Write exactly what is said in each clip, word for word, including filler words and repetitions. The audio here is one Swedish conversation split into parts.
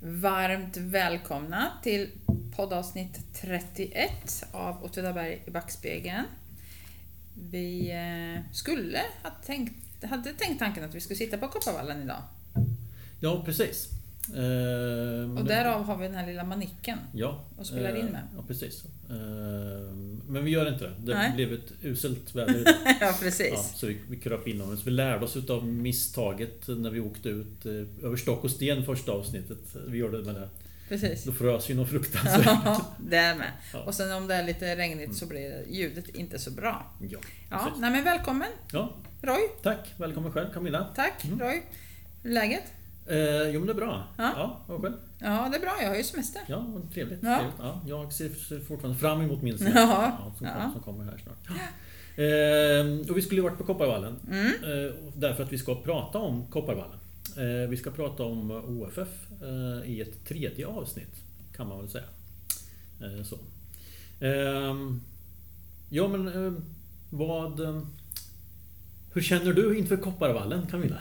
Varmt välkomna till poddavsnitt trettioett av Åtvidaberg i backspegeln. Vi skulle ha tänkt, hade tänkt tanken att vi skulle sitta på Kopparvallen idag. Ja, precis. Eh, och därav har vi den här lilla manicken ja, och spelar in med. Ja, precis. Eh, men vi gör inte det. Det Nej. blev ett uselt väder idag. Ja, precis. Ja, så vi, vi kröp in oss. Vi lärde oss av misstaget när vi åkte ut eh, över stock och sten första avsnittet. Vi gjorde det med det. Precis. Då frös ju något fruktansvärt. Ja, det är med. Ja. Och sen om det är lite regnigt så blir ljudet inte så bra. Ja, Ja, nej men välkommen. Ja, Roy. tack. Välkommen själv, Camilla. Tack, Mm. Roy. Hur är läget? Eh, jo, men det är bra. Ja. Ja, och själv? Ja, det är bra. Jag har ju semester. Ja, och trevligt. Ja. trevligt. Ja, jag ser, ser fortfarande fram emot min semester. Ja. Ja, som, Ja. kom, som kommer här snart. Eh, och vi skulle ju varit på Kopparvallen. Mm. Eh, därför att vi ska prata om Kopparvallen. Eh, vi ska prata om O F F eh, i ett tredje avsnitt, kan man väl säga. Eh, så. Eh, ja, men eh, vad... Eh, hur känner du inför Kopparvallen, Camilla?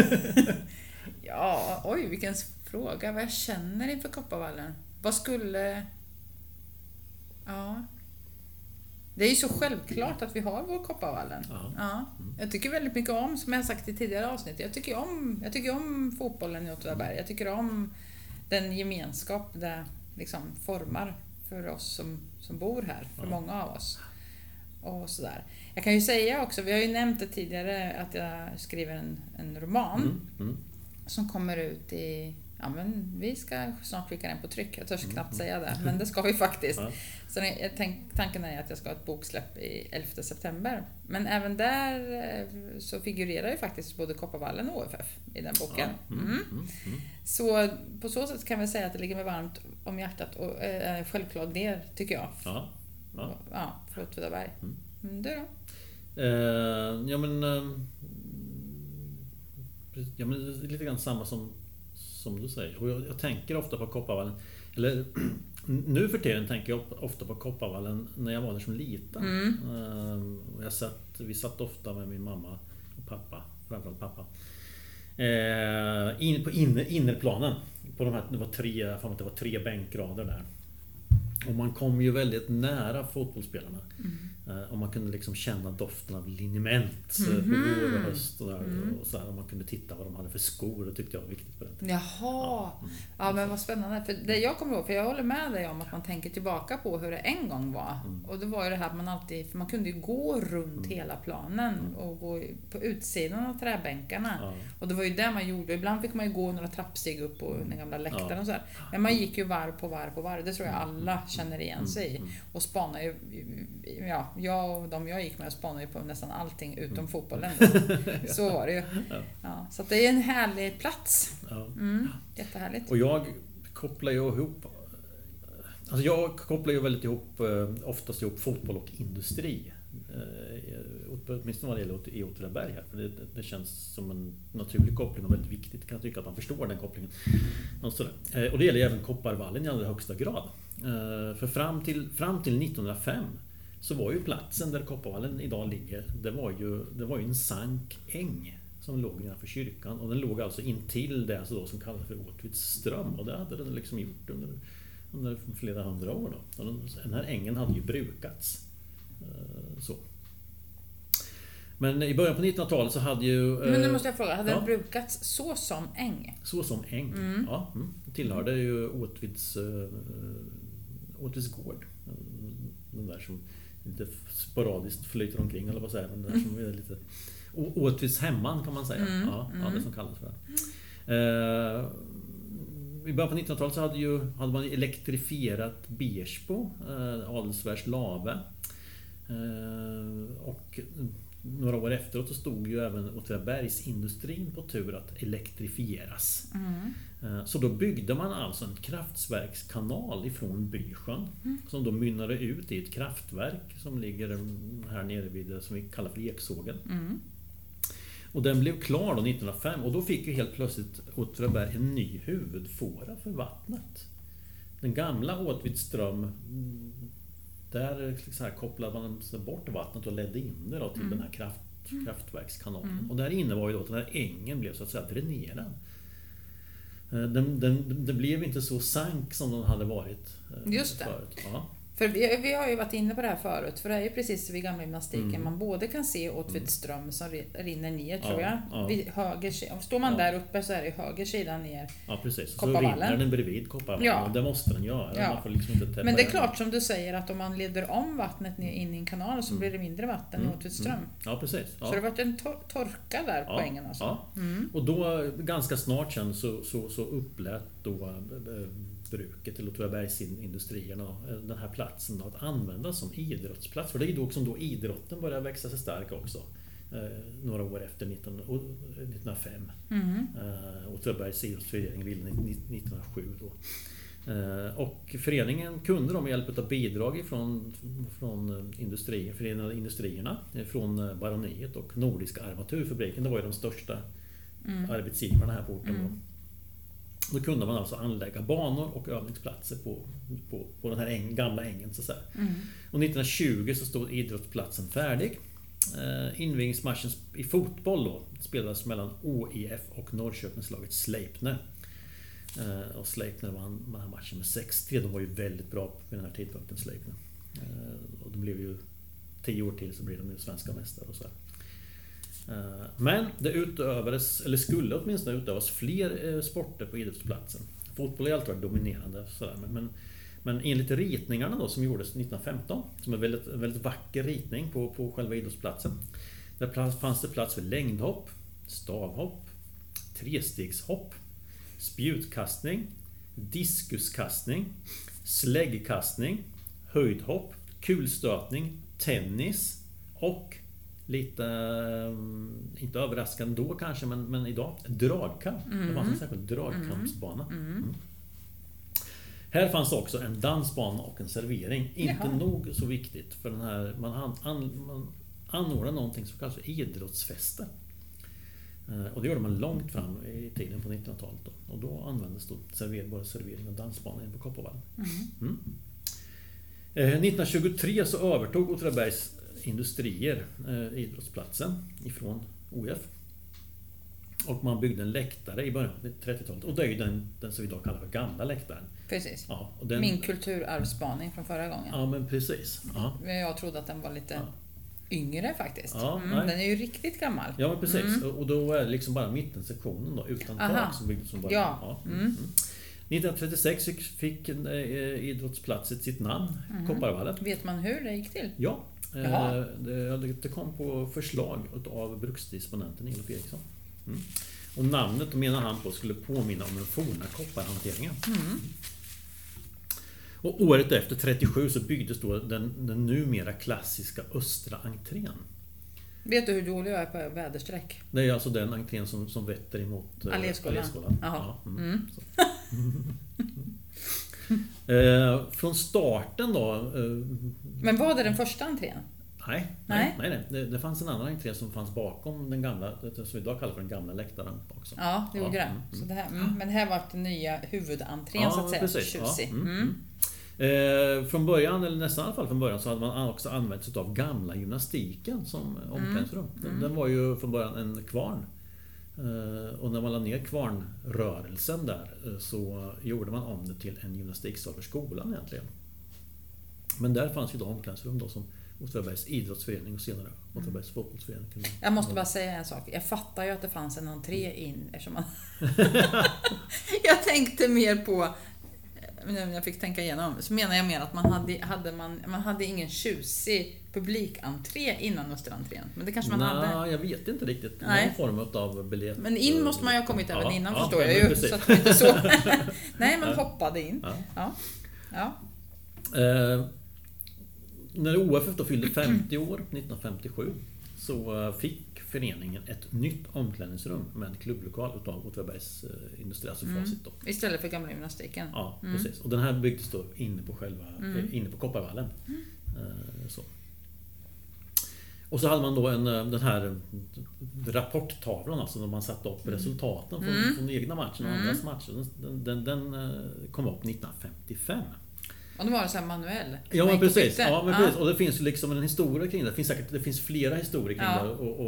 Ja, oj vilken fråga. Vad jag känner inför Kopparvallen. Vad skulle... Ja... Det är ju så självklart att vi har vår Kopparvallen. Ja. Ja. Jag tycker väldigt mycket om, som jag sagt i tidigare avsnitt, jag tycker om, jag tycker om fotbollen i Åtvidaberg. Jag tycker om den gemenskap det liksom formar för oss som, som bor här, för Ja. många av oss. Och sådär. Jag kan ju säga också, vi har ju nämnt det tidigare, att jag skriver en, en roman Mm, mm. som kommer ut i... Ja, men vi ska snart skicka den på tryck. Jag törs Mm, knappt mm. säga det, men det ska vi faktiskt. Ja. Så jag tänk, tanken är att jag ska ha ett boksläpp i elfte september. Men även där eh, så figurerar ju faktiskt både Kopparvallen och O F F i den boken. Ja. Mm, Mm. mm, mm. Så på så sätt kan vi säga att det ligger mig varmt om hjärtat och är en självklar del, tycker jag. Ja. Ja. Ja, för Åtvidaberg. Mm. Mm, du då? Eh, ja men... Eh, ja men det är lite grann samma som, som du säger. Och jag, jag tänker ofta på Kopparvallen. Eller nu för tiden tänker jag ofta på Kopparvallen när jag var där som liten. Mm. Eh, och jag satt, vi satt ofta med min mamma och pappa, framförallt pappa. Eh, in, på inner, innerplanen. På de här, det var tre, fan, det var tre bänkrader där. Och man kom ju väldigt nära fotbollsspelarna. Mm. Och man kunde liksom känna doften av liniment Mm-hmm. på vår och höst och, där, Mm. och så här, och man kunde titta vad de hade för skor. Det tyckte jag var viktigt på den tiden. Jaha, Ja, ja, mm. men vad spännande. För det jag kommer ihåg, för jag håller med dig om att man tänker tillbaka på hur det en gång var. Mm. Och det var ju det här att man alltid, för man kunde ju gå runt Mm. hela planen Mm. och gå på utsidan av träbänkarna. Ja. Och det var ju det man gjorde. Ibland fick man ju gå några trappsteg upp på den gamla läktaren Ja. och så här. Men man gick ju varv på varv på varv. Det tror jag alla känner igen sig i. Mm. Och spanar ju, ja, jag och de jag gick med spanar ju på nästan allting utom Mm. fotbollen. Så var det ju. Ja. Ja, så att det är en härlig plats. Ja. Mm, jättehärligt. Och jag kopplar ju ihop... Alltså jag kopplar ju väldigt ihop, oftast ihop fotboll och industri. Åtminstone vad det gäller i Åtvidaberg här. För det, det känns som en naturlig koppling och väldigt viktigt. Kan jag tycka att man förstår den kopplingen. Och, sådär. Och det gäller även Kopparvallen i allra högsta grad. För fram till, fram till nittonhundrafem så var ju platsen där Kopparvallen idag ligger, det var ju, det var ju en sankäng som låg innanför kyrkan. Och den låg alltså intill det alltså då som kallas för Åtvids ström. Och det hade den liksom gjort under, under flera hundra år. Då. Och den här ängen hade ju brukats. Så. Men i början på nittonhundratalet så hade ju... Men nu måste jag fråga, hade ja. den brukats så som äng? Så som äng, Mm. ja. Mm. Tillhörde ju Åtvids, uh, Åtvids gård. Den där som lite sporadiskt flyter omkring, eller vad säger man? Den där som är lite... Åtvids hemman kan man säga. Mm. Ja, ja, Mm. det som kallas för det. Uh, I början på nittonhundratalet så hade, ju, hade man elektrifierat Bersbo, uh, Adelsvärs Lave. Uh, och några år efteråt så stod ju även Åtvidabergsindustrin på tur att elektrifieras. Mm. Så då byggde man alltså en kraftverkskanal ifrån Bysjön Mm. som då mynnade ut i ett kraftverk som ligger här nere vid det som vi kallar för Eksågen. Mm. Och den blev klar då nittonhundrafem och då fick ju helt plötsligt Åtvidaberg en ny huvudfåra för vattnet. Den gamla Åtvidström, där så här kopplade man bort vattnet och ledde in det då till Mm. den här kraft, kraftverkskanalen. Mm. Och där innebar ju då att den här ängen blev så att säga dränerad. Den, den, det blev inte så sank som den hade varit Just det. förut. Ja. För vi, vi har ju varit inne på det här förut, för det är ju precis vid gamla gymnastiken. Mm. Man både kan se Åtvidström som rinner ner, tror Ja, jag. ja. Vid höger sida. Står man Ja. där uppe så är det höger sida ner. Ja, precis. Så Kopparvallen. rinner den bredvid Kopparvallen. Ja. Och det måste den göra. Ja. Man får liksom inte täppa Men det är den. klart som du säger att om man leder om vattnet ner in i en kanal så Mm. blir det mindre vatten Mm. i Åtvidström. Mm. Ja, precis. Ja. Så det har varit en tor- torka där Ja, på ängen alltså. ja. Mm. Och då ganska snart sen så, så, så upplät då eh, bruket till Åtvidabergsindustrierna den här platsen då, att användas som idrottsplats. För det är ju då som då idrotten börjar växa sig stark också. Eh, några år efter nitton, nittonhundrafem. Mm. Eh, Åtvidabergs idrottsförening ville nittonhundrasju då. Eh, och föreningen kunde de med hjälp av bidrag från, från industrier, förenade industrierna, från Baroniet och Nordiska armaturfabriken. Det var ju de största Mm. arbetsgivarna här på orten. Mm. Då. Då kunde man alltså anlägga banor och övningsplatser på, på, på den här äng, gamla ängen så att säga. Mm. Och nittonhundratjugo så stod idrottsplatsen färdig. Eh, invigningsmatchen i fotboll då spelades mellan O I F och Norrköpingslaget Sleipner. Eh, och Sleipner vann den här matchen med sex tre. De var ju väldigt bra på den här tidpunkten, Sleipner. Eh, och de blev ju tio år till så blev de ju svenska mästare och så här. Men det utövades, eller skulle åtminstone utövas fler sporter på idrottsplatsen. Fotboll har alltid varit dominerande sådär, men, men enligt ritningarna då, som gjordes nittonhundrafemton, som är väldigt, en väldigt vacker ritning på, på själva idrottsplatsen. Där fanns det plats för längdhopp, stavhopp, trestegshopp, spjutkastning, diskuskastning, släggkastning, höjdhopp, kulstötning, tennis och lite, inte överraskande då kanske, men, men idag, dragkamp. Mm. Det fanns en särskild dragkampsbana. Mm. Mm. Här fanns också en dansbana och en servering. Inte Jaha. nog så viktigt, för den här, man, an, an, man anordnade någonting som kallas idrottsfester. Och det gjorde man långt fram i tiden på nittonhundratalet. Då. Och då användes då server, både servering och dansbana in på Kopparvallen. Mm. Mm. Eh, nittonhundratjugotre så övertog Åtvidabergs industrier eh, idrottsplatsen ifrån O F. Och man byggde en läktare i början av trettiotalet. Och det är ju den, den som vi idag kallar för gamla läktaren. Precis. Ja, och den, Min kulturarvsspaning från förra gången. Ja, men precis. Ja. Men jag trodde att den var lite ja. yngre faktiskt. Ja, mm, den är ju riktigt gammal. Ja, men precis. Mm. Och då är det liksom bara mittensektionen då, utan tak som byggdes som bara. Ja. ja. Mm. Mm. nittonhundratrettiosex fick eh, idrottsplatsen sitt namn, mm. Kopparvallen. Vet man hur det gick till? Ja. Eh, det, det kom på förslag av bruksdisponenten Olof Eriksson. Mm. Och namnet, menar han på, skulle påminna om den forna kopparhanteringen. Mm. Och året efter, trettiosju, så byggdes då den, den numera klassiska östra entrén. Vet du hur dålig jag är på väderstreck? Det är alltså den entrén som, som vetter emot eh, Alléskolan. Ja, mm. Mm. eh, från starten då... Eh, Men var det den första entrén? Nej, nej, nej, nej. Det, det fanns en annan entré som fanns bakom den gamla, som vi idag kallar för den gamla läktaren också. Ja, det gjorde ja, det. Mm, så det här, mm, men det här var den nya huvudentrén ja, så att säga. Precis, tjusig. Ja, mm, mm. Eh, från början, eller nästan i alla fall från början, så hade man också använt sig av gamla gymnastiken som omklädningsrum. Mm, den, den var ju från början en kvarn. Eh, och när man la ner kvarnrörelsen där så gjorde man om det till en gymnastiksal för skolan egentligen. Men där fanns ju då omklädningsrum då som Åtvidabergs idrottsförening och senare Åtvidabergs fotbollsförening. Jag måste bara säga en sak. Jag fattar ju att det fanns en entré in eftersom man... jag tänkte mer på... När jag fick tänka igenom så menar jag mer att man hade, hade, man, man hade ingen tjusig publikentré innan österentrén. Men det kanske man Nej, hade. jag vet inte riktigt. Nej. Någon form av biljett. Men in måste man ju ha kommit även ja, innan, ja, förstår ja, jag ju. Precis. Så att inte så. Nej, man hoppade in. Ja. Ja. Ja. Eh, när O F F då fyllde femtio år nittonhundrafemtiosju så fick föreningen ett nytt omklädningsrum med en klubblokal utav Åtvidabergs industri, alltså mm. Facit då. Istället för gamla gymnastiken. Ja, mm. precis. Och den här byggdes då inne på själva mm. inne på Kopparvallen. Mm. Så. Och så hade man då en, den här rapporttavlan, alltså när man satte upp mm. resultaten från, mm. från egna matchen och mm. andras matcher. Den, den, den kom upp nittonhundrafemtiofem. Och det var så här manuell. Ja, men precis. Ja, men precis. Och det finns liksom en historia kring det. Det finns säkert det finns flera historier kring ja. det. Och, och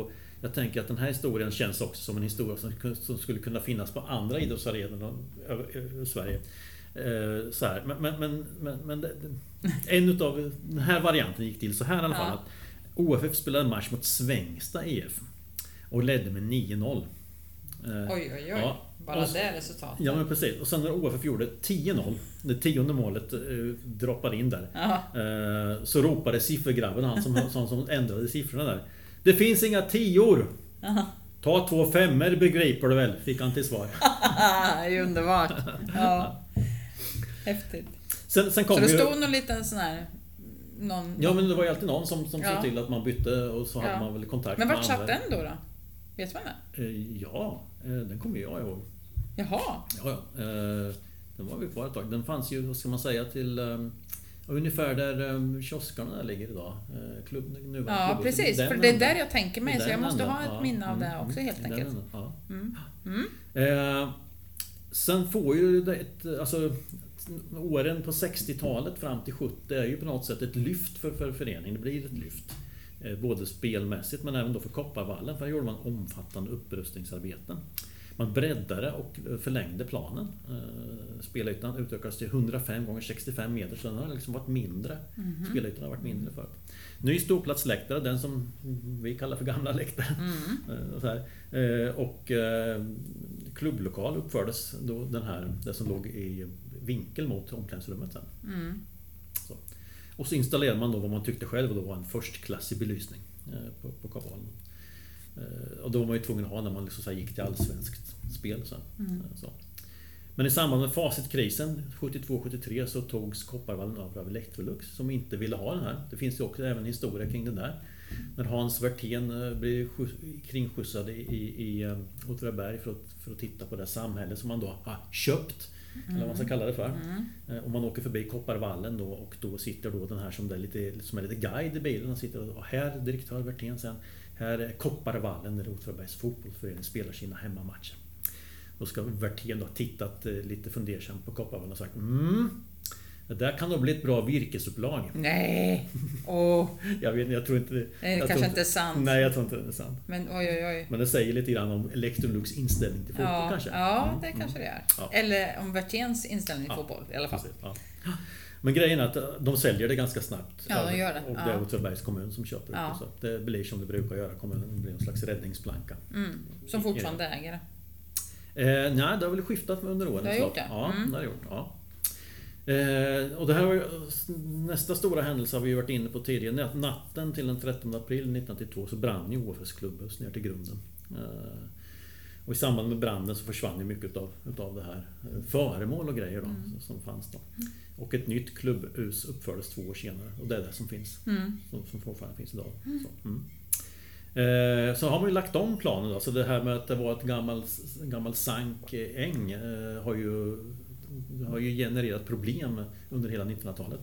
jag tänker att den här historien känns också som en historia som, som skulle kunna finnas på andra idrottsarenor i Sverige. Eh, så här. Men, men, men, men, men det, en utav den här varianten gick till så här i alla fall. Ja. Att O F F spelade en match mot Svängsta E F och ledde med nio noll. Eh, oj, oj, oj. Ja. Bara det resultatet. Ja, men precis. Och sen när O F F gjorde tio noll, det tionde målet eh, droppade in där. Eh, så ropade siffergrabben, han som, som, som ändrade siffrorna där. Det finns inga tior! Aha. Ta två femmer, begriper du väl? Fick han till svar. Det är underbart. Ja. Häftigt. Sen, sen kom så det ju... stod någon liten sån här... Någon... Ja, men det var ju alltid någon som, som ja. såg till att man bytte och så ja. hade man väl kontakt men med vart satt den då då? Vet man det? Ja, den kommer jag ihåg. Jaha. Ja, ja. Den var vi kvar ett tag. Den fanns ju, vad ska man säga, till ungefär där kioskarna där ligger idag. Klubb, nu ja, klubb. Precis. Den för det är ändan. där jag tänker mig. Så jag måste ändan. ha ett ja. minne av det mm, också helt enkelt. Ändan, ja. Mm. Mm. Eh, sen får ju det ett, alltså åren på sextiotalet fram till sjuttio är ju på något sätt ett lyft för, för föreningen. Det blir ett lyft. Eh, både spelmässigt men även då för Kopparvallen. För där gjorde man omfattande upprustningsarbeten. Man breddade och förlängde planen. Spelytan utökades till hundrafem gånger sextiofem meter, så den har liksom varit mindre. Mm-hmm. Spelytan har varit mindre förut. Ny ståplatsläktare, den som vi kallar för gamla läktare. Mm. Så här. Och klubblokal uppfördes då den här, det som låg i vinkel mot omklädningsrummet sen. Mm. Så. Och så installerade man då vad man tyckte själv och då var en förstklassig belysning på, på Kopparvallen. Och då var man ju tvungen att ha när man liksom så här gick till allsvenskt spel. Så. Mm. Så. Men i samband med Facitkrisen sjuttiotvå sjuttiotre så togs Kopparvallen över av Electrolux som inte ville ha den här. Det finns ju också även historia kring den där. När Hans Werthén blir kringskjutsad i, i, i Åtvidaberg för att, för att titta på det samhälle som man då har köpt. Mm. Eller vad man ska kalla det för. Mm. Och man åker förbi Kopparvallen då och då sitter då den här som, är lite, som är lite guide i bilen. Han sitter och här direktör Werthén sen. Här är Kopparvallen där Åtvidabergs fotbollsförening spelar sina hemmamatcher. Då ska Werthén då ha tittat lite fundersamt på Kopparvallen och sagt mm, det där kan nog bli ett bra virkesupplag. Nej. Oh. jag vet jag tror inte det. Nej, det kanske inte är sant. Nej, jag tror inte det är sant. Men oj oj oj. Men det säger lite grann om Electrolux inställning till fotboll ja, kanske. Ja, det kanske det är. Ja. Eller om Werthéns inställning till ja, fotboll i alla fall. Precis, ja. Men grejen är att de säljer det ganska snabbt. Ja, de gör det. Och det är Åtvidabergs kommun som köper det. Ja. Så det blir som det brukar göra. Kommunen blir en slags räddningsplanka. Mm. Som fortfarande äger det. Eh, nej, det har väl skiftat under åren. Det har gjort det? Ja, mm. det har gjort. Ja. Eh, och det här var, nästa stora händelse har vi varit inne på tidigare. Natten till den trettonde april nittonhundranittiotvå så brann ju O F F:s klubbhus ner till grunden. Eh, och i samband med branden så försvann ju mycket av, utav det här föremål och grejer då, mm. som fanns då. Och ett nytt klubbhus uppfördes två år senare och det är det som finns. Mm. Som, som fortfarande finns idag. Mm. Så, mm. Eh, så har man ju lagt om planen då. Så det här med att det var ett gammal, gammal sankäng eh, har ju har ju genererat problem under hela nittonhundratalet.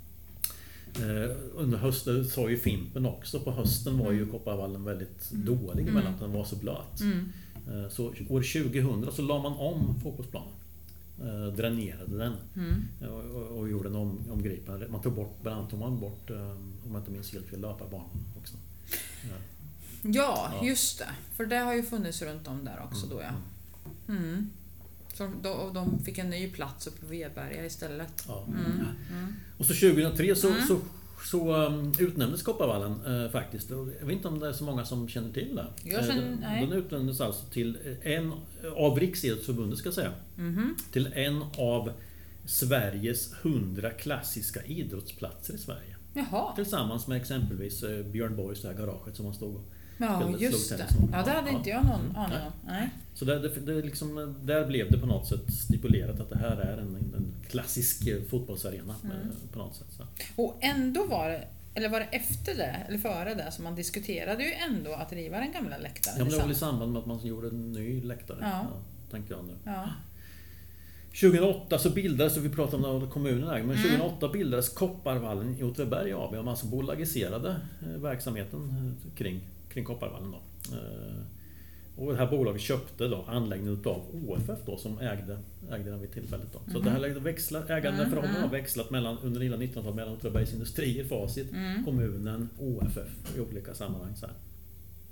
Eh, under hösten sa ju Fimpen också. På hösten var ju Kopparvallen väldigt mm. dålig mm. mellan att den var så blöt. Mm. Eh, så år tjugohundra så la man om fotbollsplanen. Eh, dränerade den. Mm. Eh, och, och gjorde en om, omgripande. Man tog bort, bland annat tog man bort, eh, om man inte minns helt fel, löparbanan också. Ja. Ja, ja, just det. För det har ju funnits runt om där också mm. då ja. Mm. Så då, och de fick en ny plats uppe på Vedberga istället. Ja. Mm. Mm. Och så tjugohundratre så, mm. så, så um, utnämndes Kopparvallen uh, faktiskt. Jag vet inte om det är så många som känner till det. Jag känner, den, nej. den utnämndes alltså till en av Riksidrottsförbundet ska jag säga. Mm. Till en av Sveriges hundra klassiska idrottsplatser i Sverige. Jaha. Tillsammans med exempelvis uh, Björn Borgs där garaget som man stod och ja, just det. Ja, det hade ja, inte jag någon mm, aning om. Nej. Så där, det, det liksom, där blev det på något sätt stipulerat att det här är en, en klassisk fotbollsarena mm. på något sätt. Så. Och ändå var det, eller var det efter det, eller före det, som man diskuterade ju ändå att riva den gamla läktaren. Ja, men det var väl i samband med att man gjorde en ny läktare, ja. Ja, tänker jag nu. Ja. tjugohundraåtta så bildades, och vi pratade om kommunen här, men tjugohundraåtta bildades Kopparvallen i Åtvidaberg A B. Man alltså bolagiserade verksamheten kring kring Kopparvallen då. Och det här bolaget köpte då anläggningen av O F F då som ägde ägde den vid tillfället då. Så mm. det här växlar ägande från har växlat mellan under hela nittonhundratalet mellan Åtvidabergs Industrier, Facit, mm. kommunen, O F F i olika sammanhang så här.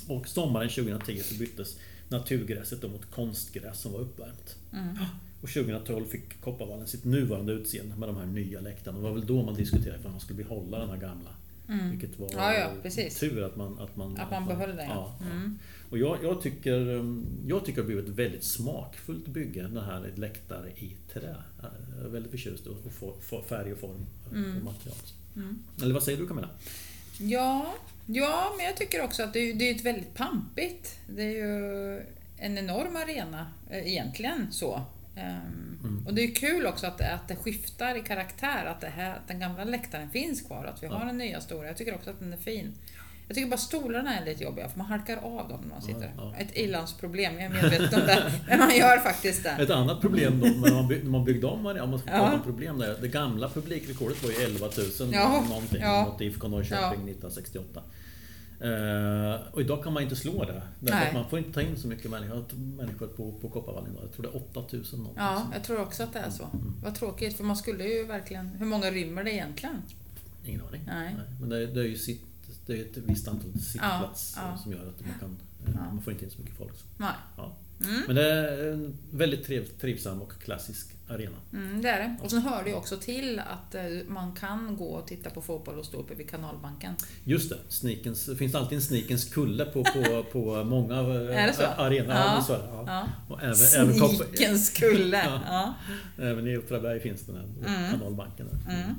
Och sommaren tjugohundratio så byttes naturgräset då mot konstgräs som var uppvärmt. Mm. Och tjugohundratolv fick Kopparvallen sitt nuvarande utseende med de här nya läktarna. Det var väl då man diskuterade för att man skulle behålla den här gamla. Mm. Vilket var ja, ja, precis. tur att man, att man, att man behöll det. Ja, mm. ja. Och jag, jag, tycker, jag tycker det har blivit ett väldigt smakfullt bygge, den här läktare i trä. Jag är väldigt förtjust i färg och form mm. och material. Mm. Eller vad säger du, Camilla? Ja, ja, men jag tycker också att det, det är ett väldigt pampigt. Det är ju en enorm arena egentligen så. Um, mm. Och det är kul också att, att det skiftar i karaktär, att det här, den gamla läktaren finns kvar, att vi har ja. den nya stora. Jag tycker också att den är fin. Jag tycker bara stolarna är lite jobbiga för man halkar av dem när man sitter. Ja, ja. Ett ilandsproblem, jag är medveten om det. Men man gör faktiskt det. Ett annat problem då, när man, bygg, när man byggde om, om man ska prata om problem där. Det gamla publikrekordet var ju elva tusen ja. någonting ja. mot I F K Norrköping ja. nittonhundrasextioåtta. Uh, och idag kan man inte slå det. Därför att man får inte ta in så mycket människor, människor på, på Kopparvallen. Jag tror det är åtta tusen någonting. Ja, jag tror också att det är så. Mm. Vad tråkigt, för man skulle ju verkligen... Hur många rymmer det egentligen? Ingen aning. Nej. Nej. Men det är, det är ju sitt, det är ett visst antal sittplats ja, ja. som gör att man kan... Ja. Man får inte in så mycket folk. Så. Nej. Ja. Mm. Men det är en väldigt triv, trivsam och klassisk arena. Mm, det är det. Och sen hör det också till att man kan gå och titta på fotboll och stå uppe vid kanalbanken. Just det. Sneakens, det finns alltid en Sneakens kulle på, på, på många arenor. Ja. Ja. Ja. Och även, Sneakens kulle. Ja. Ja. Även i Åtvidaberg finns den här mm. kanalbanken. Där. Mm.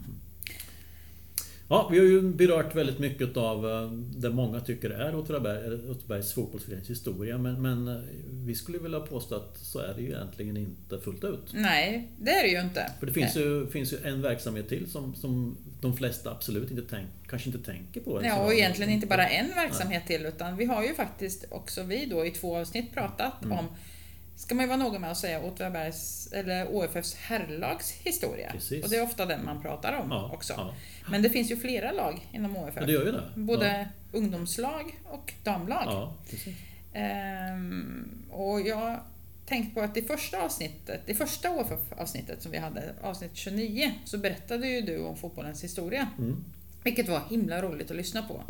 Ja, vi har ju berört väldigt mycket av det många tycker är Åtvidaberg, Åtvidabergs fotbollsförenings historia, men, men vi skulle vilja påstå att så är det ju egentligen inte fullt ut. Nej, det är det ju inte. För det finns ju, finns ju en verksamhet till som, som de flesta absolut inte tänk, kanske inte tänker på. Ja, och egentligen inte bara en verksamhet Nej. till, utan vi har ju faktiskt också vi då i två avsnitt pratat mm. om, ska man ju vara noga med att säga, Åtvidabergs eller O F Fs herrlags historia. Precis. Och det är ofta den man pratar om ja, också. Ja. Men det finns ju flera lag inom O F F. Ja, det gör ju det. Både ja. ungdomslag och damlag. Ja, precis. Ehm, och jag tänkte på att i första avsnittet, i första O F F-avsnittet som vi hade, avsnitt tjugonio, så berättade ju du om fotbollens historia. Mm. Vilket var himla roligt att lyssna på.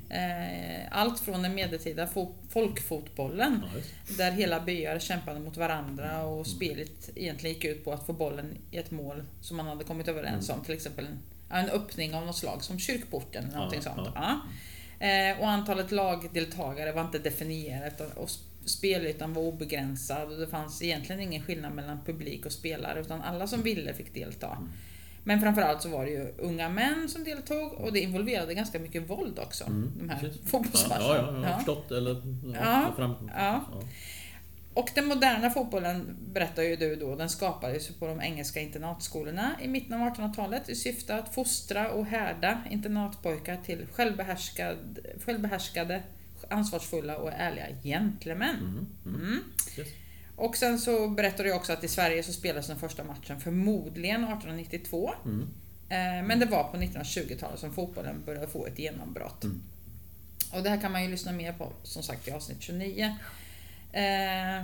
Allt från den medeltida folkfotbollen ja, där hela byar kämpade mot varandra och spelet egentligen gick ut på att få bollen i ett mål som man hade kommit överens om, till exempel en, en öppning av något slag som kyrkporten eller någonting ja, sånt. Ja. Ja. Och antalet lagdeltagare var inte definierat och spelytan var obegränsad och det fanns egentligen ingen skillnad mellan publik och spelare utan alla som ville fick delta. Men framförallt så var det ju unga män som deltog och det involverade ganska mycket våld också. Mm, de här fotbollsmatcherna. Ja, ja, jag har förstått. Eller, ja, ja, fram, ja. ja. Och den moderna fotbollen, berättar ju du då, den skapades på de engelska internatskolorna i mitten av artonhundratalet i syfte att fostra och härda internatpojkar till självbehärskade, självbehärskade ansvarsfulla och ärliga gentlemän. Mm, mm. Mm. Yes. Och sen så berättar du också att i Sverige så spelades den första matchen förmodligen arton nittiotvå. Mm. Eh, men det var på nittonhundratjugotalet som fotbollen började få ett genombrott. Mm. Och det här kan man ju lyssna mer på, som sagt, i avsnitt tjugonio. Eh,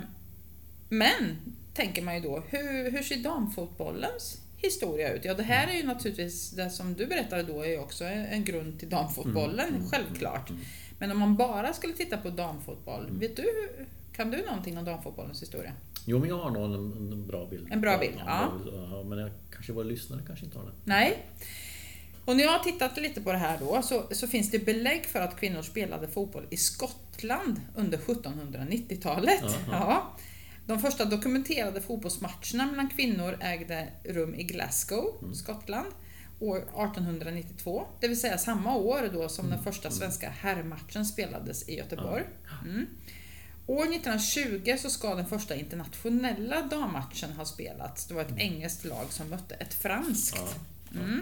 men, tänker man ju då, hur, hur ser damfotbollens historia ut? Ja, det här är ju naturligtvis, det som du berättade då är ju också en grund till damfotbollen, mm. självklart. Mm. Men om man bara skulle titta på damfotboll, mm. vet du, kan du någonting om damfotbollens historia? Jo, men jag har nog en, en bra bild. En bra bild, ja. ja. Men jag, kanske våra lyssnare kanske inte har det. Nej. Och när jag har tittat lite på det här då så, så finns det belägg för att kvinnor spelade fotboll i Skottland under sjuttonhundranittiotalet. Ja. De första dokumenterade fotbollsmatcherna mellan kvinnor ägde rum i Glasgow, mm. Skottland, år artonhundranittiotvå. Det vill säga samma år då som mm. den första svenska herrmatchen spelades i Göteborg. Mm. År nittonhundratjugo så ska den första internationella dammatchen ha spelats. Det var ett engelskt lag som mötte ett franskt. Ja. Mm.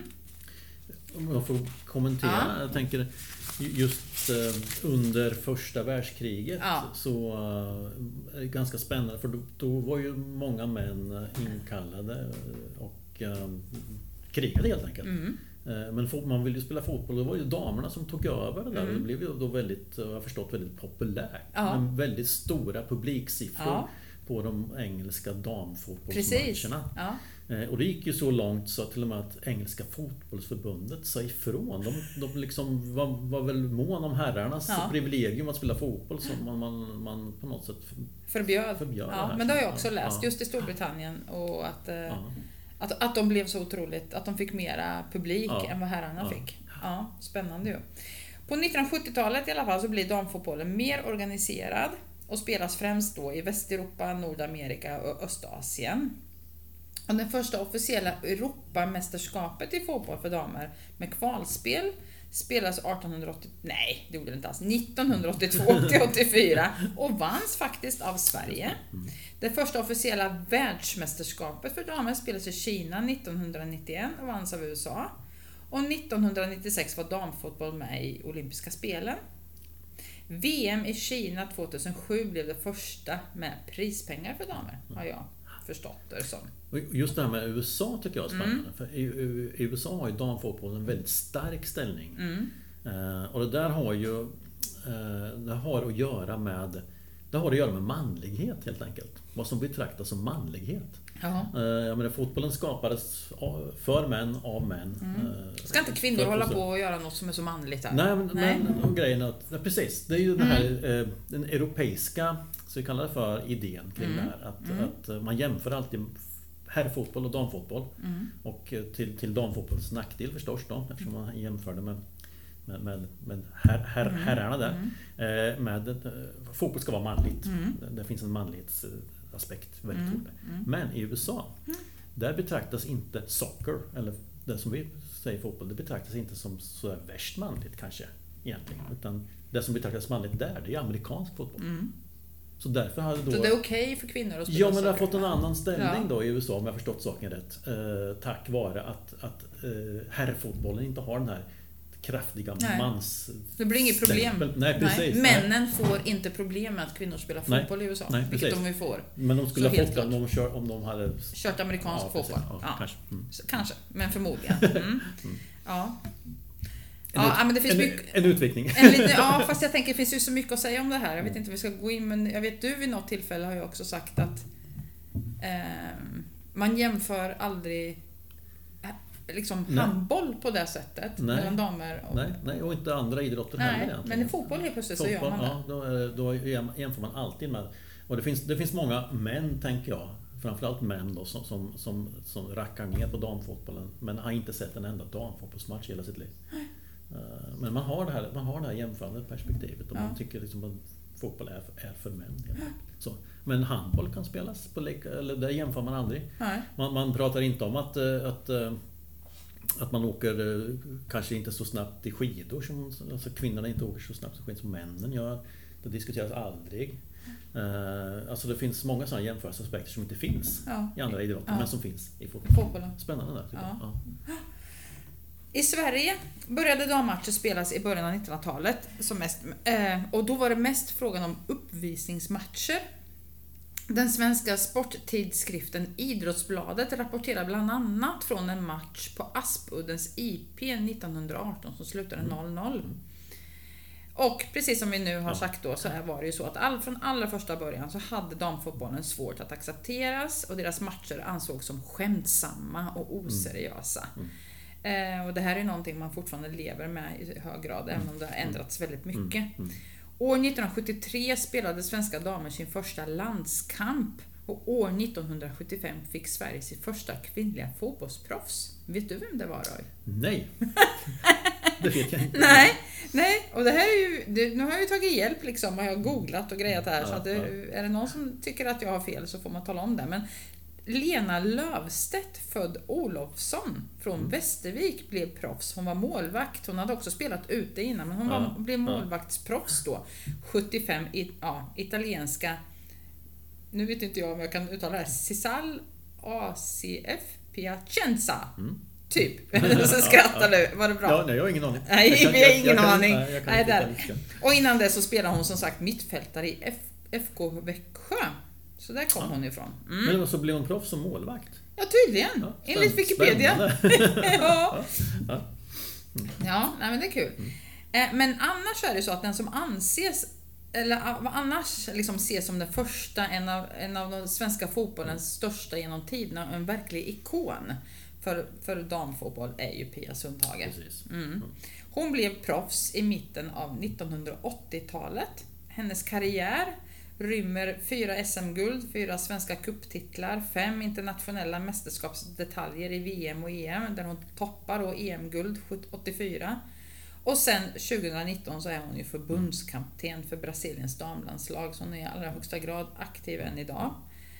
Om jag får kommentera, ja. Jag tänker just under första världskriget ja. så är det ganska spännande för då, då var ju många män inkallade och um, krigade helt enkelt. Mm. Men man ville ju spela fotboll, då var det damerna som tog över det där. Mm. Det blev ju då väldigt, jag har förstått, väldigt populärt. Ja. Med väldigt stora publiksiffror. Ja. på de engelska Precis. damfotbollsmatcherna. Ja. Eh, och det gick ju så långt så att till och med att engelska fotbollsförbundet sa ifrån. De, de liksom var, var väl mån om herrarnas Ja. privilegium att spela fotboll som man, man, man på något sätt Förbjöd. förbjöd. Ja, här. men det har jag också Ja, läst, ja. just i Storbritannien. Och att, eh, Ja. att, att de blev så otroligt, att de fick mera publik Ja. än vad herrarna Ja. fick. Ja, spännande ju. På nittonhundrasjuttiotalet i alla fall så blir damfotbollen mer organiserad och spelas främst då i Västeuropa, Nordamerika och Östasien. Och den första officiella Europamästerskapet i fotboll för damer med kvalspel spelas artonhundraåttio... Nej, det gjorde det inte alls. nittonhundraåttiotvå till åttiofyra och vanns faktiskt av Sverige. Det första officiella världsmästerskapet för damer spelas i Kina nittonhundranittioett och vanns av U S A. Och nittonhundranittiosex var damfotboll med i olympiska spelen. V M i Kina tjugohundrasju blev det första med prispengar för damer, har jag förstått det som. Och just det här med U S A tycker jag är spännande. Mm. För i, i U S A har ju damfotbollen en väldigt stark ställning. Mm. Eh, och det där har ju eh, det har att göra med det har att göra med manlighet helt enkelt. Vad som betraktas som manlighet. Ja. Eh, jag menar, fotbollen skapades av- för män, av män. Mm. Eh, Ska inte kvinnor för- hålla för- på och göra något som är så manligt här? Nej, men, Nej. men och grejen är att, ja, precis, det är ju den här eh, den europeiska, så vi kallar det för idén kring Mm. det här. Att, Mm. att eh, man jämför alltid herrfotboll och damfotboll. Mm. Och eh, till, till damfotbollens nackdel förstås då, eftersom man jämförde med, med, med, med her, her, Mm. herrarna där. Mm. Eh, med, eh, fotboll ska vara manligt. Mm. Det, det finns en manlighetsaspekt väldigt Mm. hårt där. Mm. Men i U S A, Mm. där betraktas inte soccer, eller det som vi säger fotboll, det betraktas inte som så där värst manligt kanske egentligen. Utan det som betraktas manligt där, det är amerikansk fotboll. Mm. Så därför hade då... Så det är okej för kvinnor att spela Ja, men det har socker? fått en annan ställning Ja. då i U S A, om jag har förstått saken rätt. Eh, tack vare att, att eh, herrfotbollen inte har den här kraftiga Nej. mans... Det blir inget problem. stämpel. Nej, precis. Nej. Männen får inte problem med att kvinnor spelar fotboll Nej. i U S A. Nej, vilket precis. de ju får. Men de skulle Så ha helt fått det om klart. de, kör, om de hade... Kört amerikansk Ja, fotboll. precis. Ja, Ja. kanske. Mm. Så, kanske, men förmodligen. Mm. Ja. En, Ja, ut, men det finns en, mycket... en utvikning. En liten, ja, fast jag tänker det finns ju så mycket att säga om det här. Jag vet inte om vi ska gå in, men jag vet du vid något tillfälle har ju också sagt att eh, man jämför aldrig eh, liksom Nej. handboll på det sättet Nej. mellan damer och... Nej, nej, och inte andra idrotter heller Nej, egentligen. men i fotboll helt plötsligt så gör Fotboll, man det. ja, då, är- då jämför man alltid med... Och det finns, det finns många män, tänker jag, framförallt män då, som, som, som, som rackar ner på damfotbollen, men har inte sett en enda damfotbollsmatch i hela sitt liv. Eh, Men man har det här, man har det här jämförande perspektivet och Ja. man tycker liksom att fotboll är, är för män. helt enkelt. Så. Men handboll kan spelas på lek, eller där jämför man aldrig. Nej. Man, man pratar inte om att, eh, att, eh, att man åker eh, kanske inte så snabbt i skidor som alltså kvinnorna inte åker så snabbt i skidor som männen gör. Det diskuteras aldrig. Eh, Alltså det finns många sådana jämförelseaspekter som inte finns Ja. i andra idrotter Ja. men som finns i fotboll. Fotbollen. Spännande där tycker Ja. jag. Ja. I Sverige började dammatcher spelas i början av nittonhundratalet som mest, eh, och då var det mest frågan om uppvisningsmatcher. Den svenska sporttidskriften Idrottsbladet rapporterar bland annat från en match på Aspuddens I P nittonhundraarton som slutade noll noll. Och precis som vi nu har Ja. sagt då så här var det ju så att all, från allra första början så hade damfotbollen svårt att accepteras och deras matcher ansågs som skämtsamma och oseriösa. Mm. Eh, och det här är någonting man fortfarande lever med i hög grad, även om det har ändrats väldigt mycket. Mm. År nittonhundrasjuttiotre spelade svenska damer sin första landskamp och år nittonhundrasjuttiofem fick Sverige sitt första kvinnliga fotbollsproffs. Vet du vem det var, Roy? Nej, det vet jag inte. Nej, nej, och det här är ju, det, nu har jag ju tagit hjälp liksom, och jag har googlat och grejat här, Ja, så att det, ja. är det någon som tycker att jag har fel så får man tala om det. Men Lena Lövstedt, född Olofsson från Mm. Västervik, blev proffs. Hon var målvakt, hon hade också spelat ute innan, men hon Ja, var, blev ja. målvaktsproffs då. sjuttiofem, i, ja, italienska, nu vet inte jag om jag kan uttala det här, Sisal A C F Piacenza. Mm. Typ. Så skrattar du. Var det bra? Ja, nej, jag har ingen aning. Nej, Jag kan- vi har jag- ingen jag kan- aning. Nej, jag kan Nej, inte där. italienska. Och innan det så spelade hon som sagt mittfältare i F- F K Växjö. Så där kom Ja. hon ifrån. Mm. Men så blev hon proffs som målvakt. Ja, tydligen. Ja, spänn- Enligt Wikipedia. spännande. ja. Ja. Ja, nej, men det är kul. Mm. Eh, Men annars är det så att den som anses eller vad annars liksom ses som den första, en av, en av de svenska fotbollens största genom tiderna, en verklig ikon för, för damfotboll är ju Pia Sundhage. Mm. Hon blev proffs i mitten av nittonhundraåttiotalet. Hennes karriär rymmer fyra S M-guld, fyra svenska cuptitlar, fem internationella mästerskapsdetaljer i V M och E M där hon toppar och E M-guld åttiofyra. Och sen tjugonitton så är hon ju förbundskapten för Brasiliens damlandslag, så hon är i allra högsta grad aktiv än idag.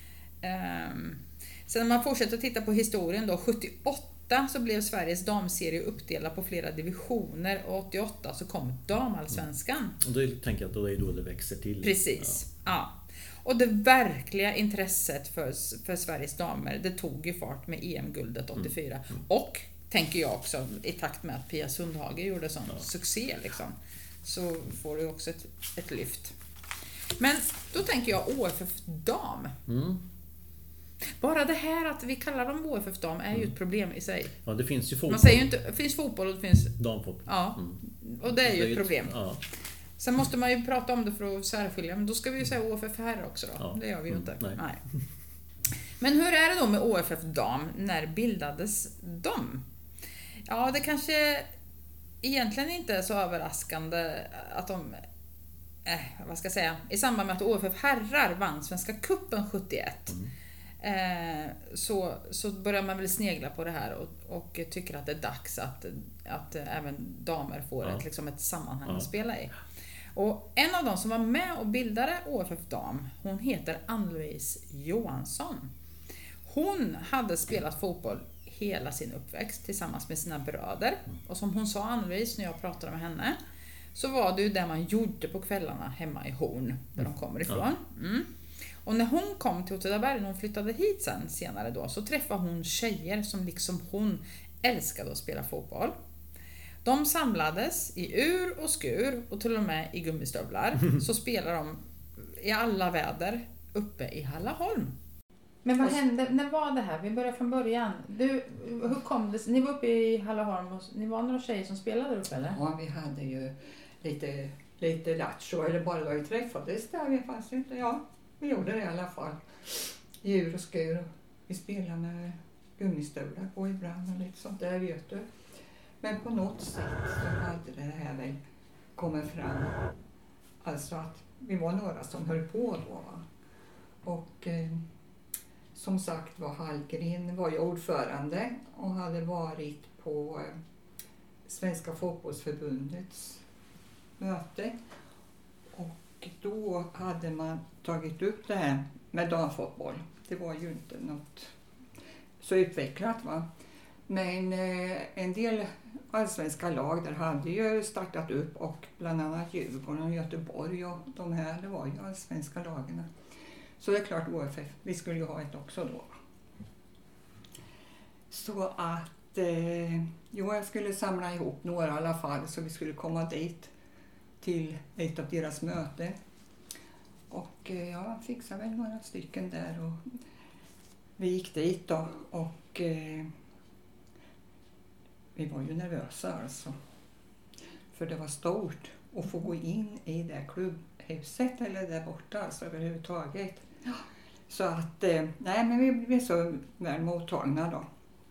Um, sen när man fortsätter att titta på historien då, sjuttioåtta så blev Sveriges damserie uppdelad på flera divisioner och åttioåtta så kom damallsvenskan. Och då tänker jag att då är då det växer till. Precis, ja. ja. Och det verkliga intresset för, för Sveriges damer, det tog ju fart med E M-guldet åttiofyra. Mm. Mm. Och tänker jag också, i takt med att Pia Sundhage gjorde sån ja. succé liksom, så får du också ett, ett lyft. Men då tänker jag O F F dam. Mm. Bara det här att vi kallar dem O F F dam är mm. ju ett problem i sig. Ja, det finns ju fotboll. Man säger ju inte, det finns fotboll och det finns damfotboll. Ja, mm. och det är ju det är ett problem. Ja. Sen måste man ju prata om det för att särskilja, men då ska vi ju säga O F F här också då. Ja. Det gör vi ju inte. Mm. Nej. Nej. Men hur är det då med O F F dam? När bildades de? Ja, det kanske egentligen inte är så överraskande att de, eh, vad ska jag säga, i samband med att O F F herrar vann Svenska cupen sjuttioett mm. eh, så, så börjar man väl snegla på det här och, och tycker att det är dags att, att även damer får ja. ett, liksom ett sammanhang ja. att spela i. Och en av de som var med och bildade O F F dam, hon heter Ann-Louise Johansson. Hon hade spelat fotboll hela sin uppväxt tillsammans med sina bröder. Och som hon sa, Ann-Louise, när jag pratade med henne, så var det ju det man gjorde på kvällarna hemma i Horn, där de kommer ifrån. Mm. Och när hon kom till Åtvidaberg, när hon flyttade hit sen senare då, så träffade hon tjejer som liksom hon älskade att spela fotboll. De samlades i ur och skur och till och med i gummistövlar. Så spelar de i alla väder uppe i Hallaholm. Men vad hände? När var det här? Vi börjar från början. Du, hur kom det? Ni var uppe i Hallaholm och ni var några tjejer som spelade där uppe, eller? Ja, vi hade ju lite, lite lattjo, eller bara då vi träffades där. Vi fanns inte, ja, vi gjorde det i alla fall. I ur och skur. Vi spelade med gummistövlar på ibland och lite sånt där, vet du. Men på något sätt så hade det här väl kommit fram. Alltså att vi var några som höll på då, va? Och eh, som sagt var Hallgren var ju ordförande och hade varit på eh, Svenska fotbollsförbundets möte. Och då hade man tagit upp det här med damfotboll. Det var ju inte något så utvecklat, va. Men eh, en del allsvenska lag där hade ju startat upp, och bland annat Djurgården och Göteborg och de här, det var ju allsvenska lagen. Så det är klart O F F, vi skulle ju ha ett också då. Så att eh, jo, jag skulle samla ihop några i alla fall, så vi skulle komma dit till ett av deras möten. Och eh, jag fixade väl några stycken där och vi gick dit då, och eh, vi var ju nervösa alltså. För det var stort att få gå in i det klubbhuset eller där borta alltså överhuvudtaget. Ja. Så att, eh, nej men vi blev så väl mottagna då.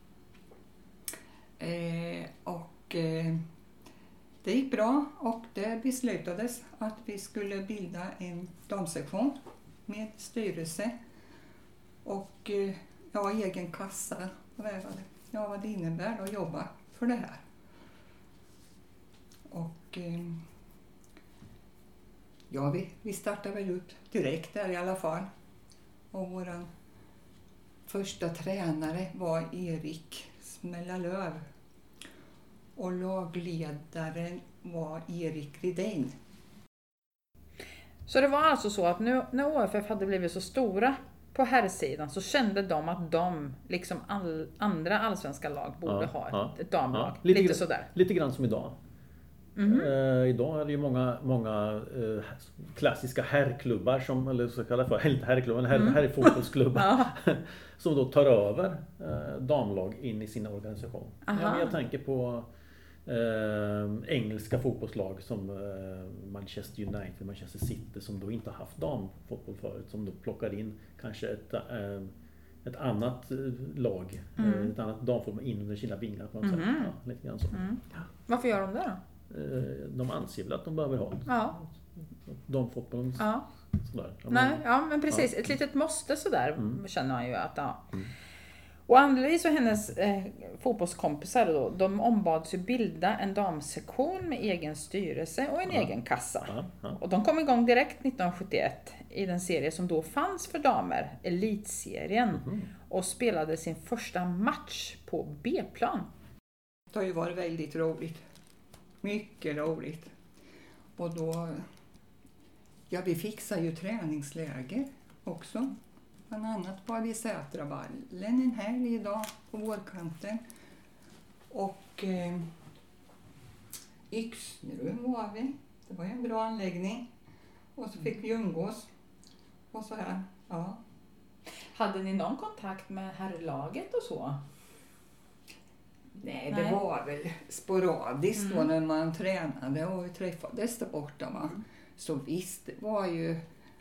Eh, och eh, det gick bra, och det beslutades att vi skulle bilda en damsektion med styrelse. Och eh, ja, egen kassa och vad, ja, vad det innebär att jobba för det här. Och eh, ja, vi, vi startade väl upp direkt där i alla fall. Och våran första tränare var Erik Smellalöv. Och lagledaren var Erik Rydén. Så det var alltså så att nu, när O F F hade blivit så stora på herrsidan, så kände de att de, liksom all, andra allsvenska lag, borde ja, ha ett, ja, ett damlag. Ja, lite, lite sådär. Lite grann som idag. Mm. Uh, idag är det ju många, många uh, klassiska herrklubbar, som, eller så kallar för herrklubbar, herr, mm. herrfotbollsklubbar, som då tar över uh, damlag in i sin organisation. Ja, men jag tänker på eh, engelska fotbollslag som eh, Manchester United, Manchester City, som då inte har haft damfotboll förut, som då plockar in kanske ett, eh, ett annat lag, mm. eh, ett annat damfotboll in under sina vingar på något Mm. sätt. Ja, lite grann så. Mm. Varför gör de det då? Eh, de anser väl att de behöver ha Ja. damfotbollen. Ja. Sådär. Ja, Nej, men, ja men precis. Ja. Ett litet måste sådär Mm. känner man ju att ja. Mm. Och Ann-Louise och hennes eh, fotbollskompisar då, de ombads ju bilda en damsektion med egen styrelse och en Ja. egen kassa. Ja, ja. Och de kom igång direkt nittonhundrasjuttioett i den serie som då fanns för damer, Elitserien, Mhm. och spelade sin första match på B-plan. Det har ju varit väldigt roligt. Mycket roligt. Och då, ja vi fixar ju träningsläger också. Bland annat var vi i Sätravallen en helg idag på vårkanten. Och eh, Yxnerum var vi. Det var ju en bra anläggning. Och så fick vi umgås. Och så här, ja. Hade ni någon kontakt med herrlaget och så? Nej, det Nej. var väl sporadiskt då Mm. när man tränade och vi träffades där borta. Va? Så visst, det var ju...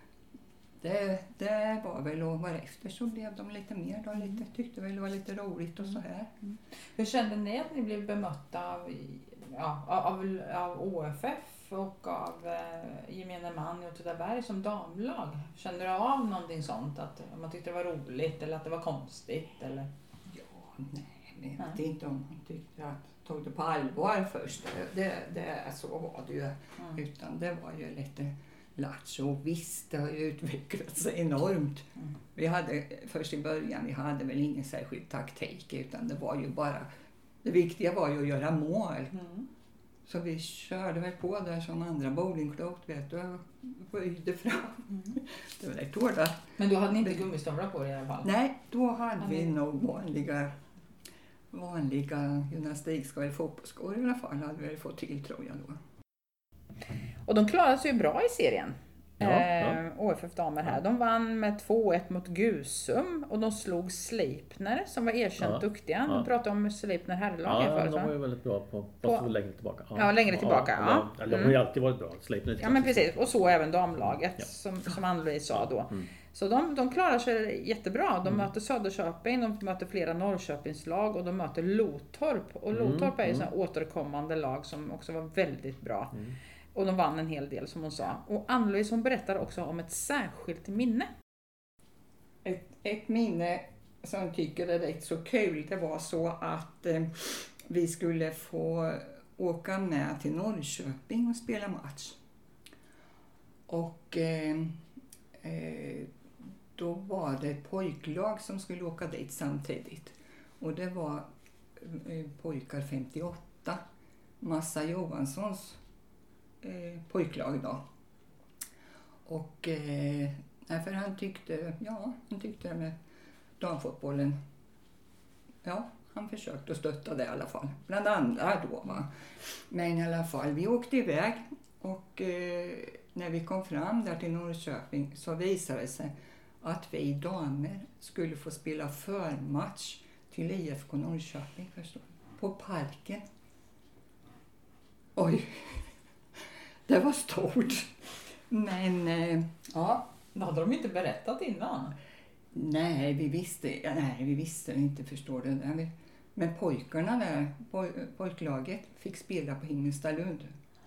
Det, det var väl och varefter så blev de lite mer då, lite, tyckte väl det var lite roligt och så här. Hur kände ni att ni blev bemötta av, ja, av, av O F F och av eh, gemene man i Åtvidaberg som damlag? Kände du av någonting sånt? Att man tyckte det var roligt eller att det var konstigt? Eller? Ja, nej, men jag vet inte om man tyckte att tog det på allvar först. Det, det, det, så var det ju. Mm. Utan det var ju lite lattjo. Och visst, det har ju utvecklat sig enormt. Mm. Vi hade först i början, vi hade väl ingen särskild taktik utan det var ju bara, det viktiga var ju att göra mål. Mm. Så vi körde väl på där som andra bowlingklot, vet du, och böjde fram. Mm. Det var rätt hårda. Men då hade ni inte gummistövlar på er i alla fall? Nej, då hade vi Mm. nog vanliga, vanliga gymnastikskor eller fotbollsskor i alla fall, hade vi väl fått till tror jag då. Och de klarade sig ju bra i serien. Ja, eh, ja. O F F damer här. De vann med två ett mot Gusum och de slog Sleipner som var erkänt Ja, duktiga. ja. De pratade om Sleipner herrlaget Ja, förut, de va? var ju väldigt bra på, På- på, på längre tillbaka. Ja, längre tillbaka, ja. Ja, de har ju alltid varit bra. Sleipner är ett Ja men klassiskt. precis, och så även damlaget Ja. som, som Ann-Louise sa då. Mm. Så de, de klarar sig jättebra. De Mm. möter Söderköping, de möter flera Norrköpingslag och de möter Lotorp. Och Mm, Lotorp är ju mm. ett återkommande lag som också var väldigt bra. Mm. Och de vann en hel del som hon sa. Och Ann-Louise hon berättar också om ett särskilt minne. Ett, ett minne som jag tycker är rätt så kul, det var så att eh, vi skulle få åka med till Norrköping och spela match. Och eh, eh, då var det ett pojklag som skulle åka dit samtidigt. Och det var eh, pojkar femtioåtta, Massa Johanssons eh, pojklag då. Och eh, nej, för han tyckte, ja, han tyckte det med damfotbollen, ja, han försökte att stötta det i alla fall. Bland andra då va. Men i alla fall, vi åkte iväg och eh, när vi kom fram där till Norrköping så visade det sig att vi damer skulle få spela förmatch till I F K Norrköping förstår du, på Parken. Oj, det var stort. Men eh, ja, Det hade de inte berättat innan. nej, vi visste, ja, nej, vi visste inte, förstår du. Men pojkarna där, poj, pojklaget, fick spela på Himmelstalund.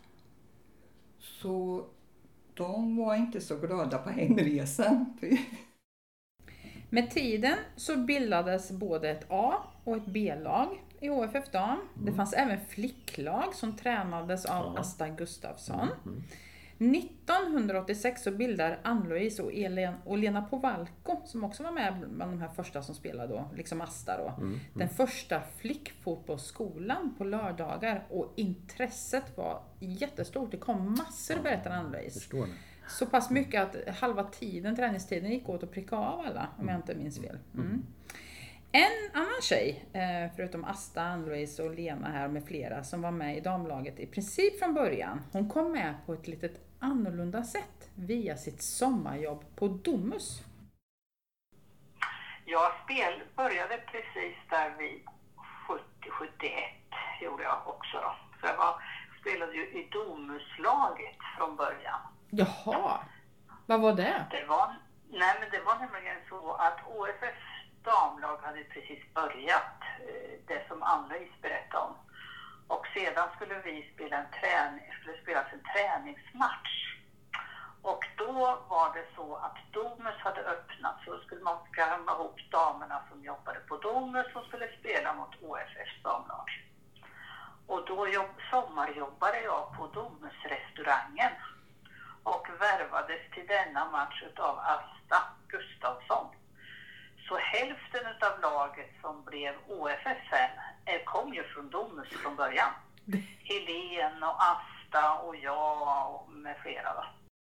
Så de var inte så glada på hemresan. Med tiden så bildades både ett A och ett B-lag i O F F dam. Det fanns även flicklag som tränades av Ja. Asta Gustafsson. Mm. nittonhundraåttiosex så bildar Ann-Louise och, Elen, och Lena Povalko, som också var med bland de här första som spelade då, liksom Asta då, Mm. den första flickfotbollsskolan på lördagar, och intresset var jättestort. Det kom massor, berättar Ann-Louise. Förstår ni? Så pass mycket att halva tiden, träningstiden gick åt att pricka av alla, om jag inte minns fel. Mm. En annan tjej, eh, förutom Asta, Ann-Louise och Lena här med flera, som var med i damlaget i princip från början. Hon kom med på ett litet annorlunda sätt via sitt sommarjobb på Domus. Jag spel började precis där vid sjuttio sjuttioett gjorde jag också då. Jaha, vad var det? Det var, nej, men det var nämligen så att O F F damlag hade precis börjat, det som Ann-Louise berättade om. Och sedan skulle vi spela en träning, skulle spelas en träningsmatch. Och då var det så att Domus hade öppnat, så skulle man skramma ihop damerna som jobbade på Domus som skulle spela mot O F F:s damlag. Och då jobb, sommarjobbade jag på Domus-restaurangen och värvades till denna match utav Asta Gustafsson. Så hälften utav laget som blev O F F sen kom ju från Domus från början. Helen och Asta och jag och med flera, va?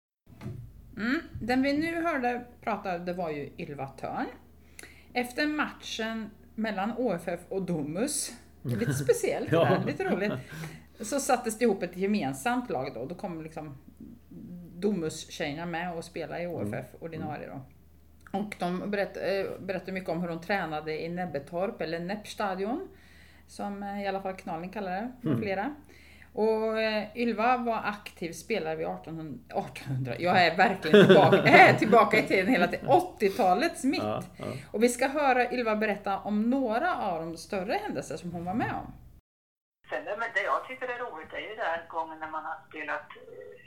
Mm, den vi nu hörde prata, det var ju Ylva Törn. Efter matchen mellan O F F och Domus, lite speciellt Ja. där, lite roligt, så sattes det ihop ett gemensamt lag då. Då kom liksom Domus-tjejerna med och spelade i O F F ordinarie då. Och de berätt, äh, berättade mycket om hur de tränade i Nebbetorp, eller Neppstadion, som äh, i alla fall Knalling kallar det, för Mm. flera. Och äh, Ylva var aktiv spelare vid artonhundra. Jag är verkligen tillbaka, är tillbaka i tiden hela tiden. åttiotalets mitt. Ja, ja. Och vi ska höra Ylva berätta om några av de större händelser som hon var med om. Sen det, men det jag tycker är roligt är ju den gången när man har spelat eh,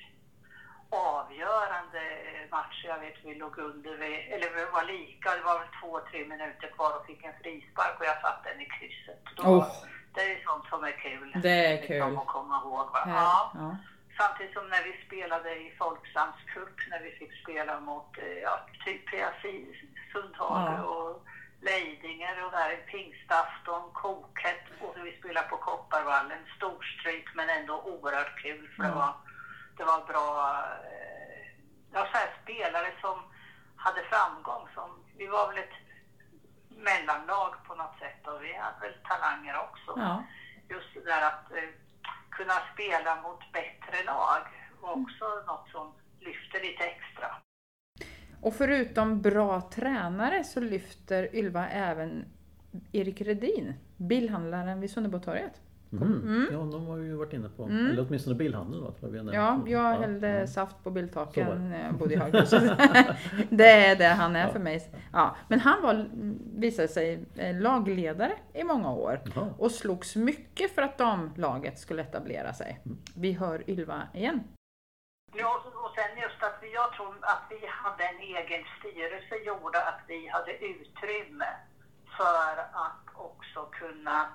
avgörande matcher. Jag vet vi låg under, vid, eller vi var lika, det var väl två, tre minuter kvar och fick en frispark och jag satt den i krysset. Då, Oh. Det är ju sånt som är kul. Det är liksom, kul. att komma ihåg. Va? Här, Ja. ja. Samtidigt som när vi spelade i Folksams cup, när vi fick spela mot eh, ja, typ P S I, Sundhage Ja. och Leidinger och där i pingstafton, Kokhet och vi spelade på Kopparvallen. Storstryk men ändå oerhört kul för Ja. det var, det var bra eh, ja, så här, spelare som hade framgång. Som, vi var väl ett mellanlag på något sätt och vi hade väl talanger också. Ja. Just det där att eh, kunna spela mot bättre lag var också något som lyfter lite extra. Och förutom bra tränare så lyfter Ylva även Erik Redin, bilhandlaren vid Sunderbotorget. Mm. Mm. Ja, de har ju varit inne på, Mm. eller åtminstone bilhandeln. Va? Vad vi har nämnt. Ja, jag Ja, hällde ja. saft på Så biltaken var när jag bodde i Hagfors. Det är det han är Ja. för mig. Ja, men han var, visade sig eh, lagledare i många år Jaha. och slogs mycket för att damlaget skulle etablera sig. Vi hör Ylva igen. Ja, och sen just att vi, jag tror att vi hade en egen styrelse gjorde att vi hade utrymme för att också kunna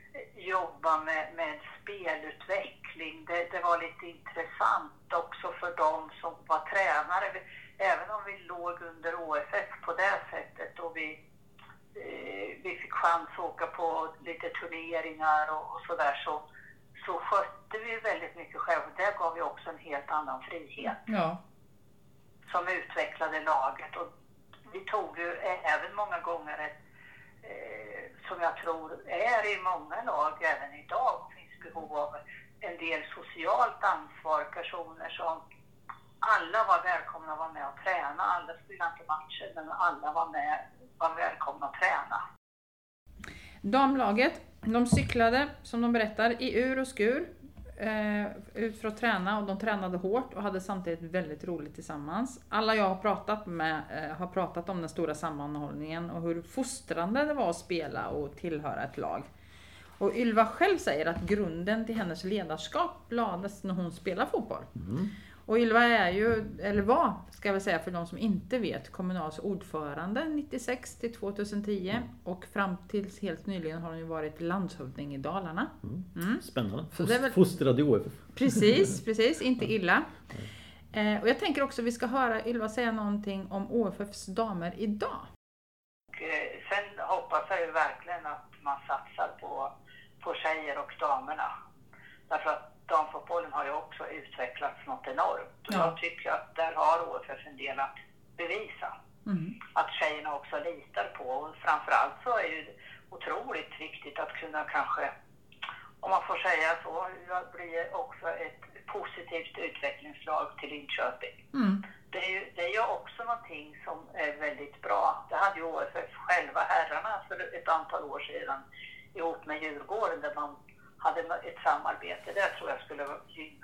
jobba med, med spelutveckling. Det, det var lite intressant också för dem som var tränare. Även om vi låg under O F F på det sättet och vi, eh, vi fick chans att åka på lite turneringar och, och sådär så, så skötte vi väldigt mycket själv. Det gav ju också en helt annan frihet Ja. som utvecklade laget. Och vi tog ju även många gånger ett Eh, som jag tror är i många lag även idag finns behov av en del socialt ansvar, personer som alla var välkomna att vara med och träna. Alla spelade inte matcher men alla var med var välkomna att träna. Damlaget, de cyklade som de berättar i ur och skur eh, ut för att träna och de tränade hårt och hade samtidigt väldigt roligt tillsammans. Alla jag har pratat med eh, har pratat om den stora sammanhållningen och hur fostrande det var att spela och tillhöra ett lag. Och Ylva själv säger att grunden till hennes ledarskap lades när hon spelade fotboll. Mm. Och Ylva är ju, eller var, ska jag väl säga för de som inte vet, Kommunals ordförande nittiosex till tjugohundratio och fram tills helt nyligen har hon ju varit landshövding i Dalarna. Mm. Mm. Spännande. Så det är väl- Fostrad i O F F. Precis, precis, inte illa. Eh, och jag tänker också att vi ska höra Ylva säga någonting om O F Fs damer idag. Och, eh, sen hoppas jag ju verkligen att man satsar på, på tjejer och damerna. Därför att damfotbollen har ju också utvecklats något enormt. Och Ja. jag tycker att där har O F F en del att bevisa. Mm. Att tjejerna också litar på. Och framförallt så är det otroligt viktigt att kunna kanske, om man får säga så, bli också ett positivt utvecklingslag till Linköping. Mm. Det är, ju, det är ju också någonting som är väldigt bra. Det hade ju O F F själva, herrarna, för ett antal år sedan ihop med Djurgården där man hade ett samarbete. Det tror jag skulle gynna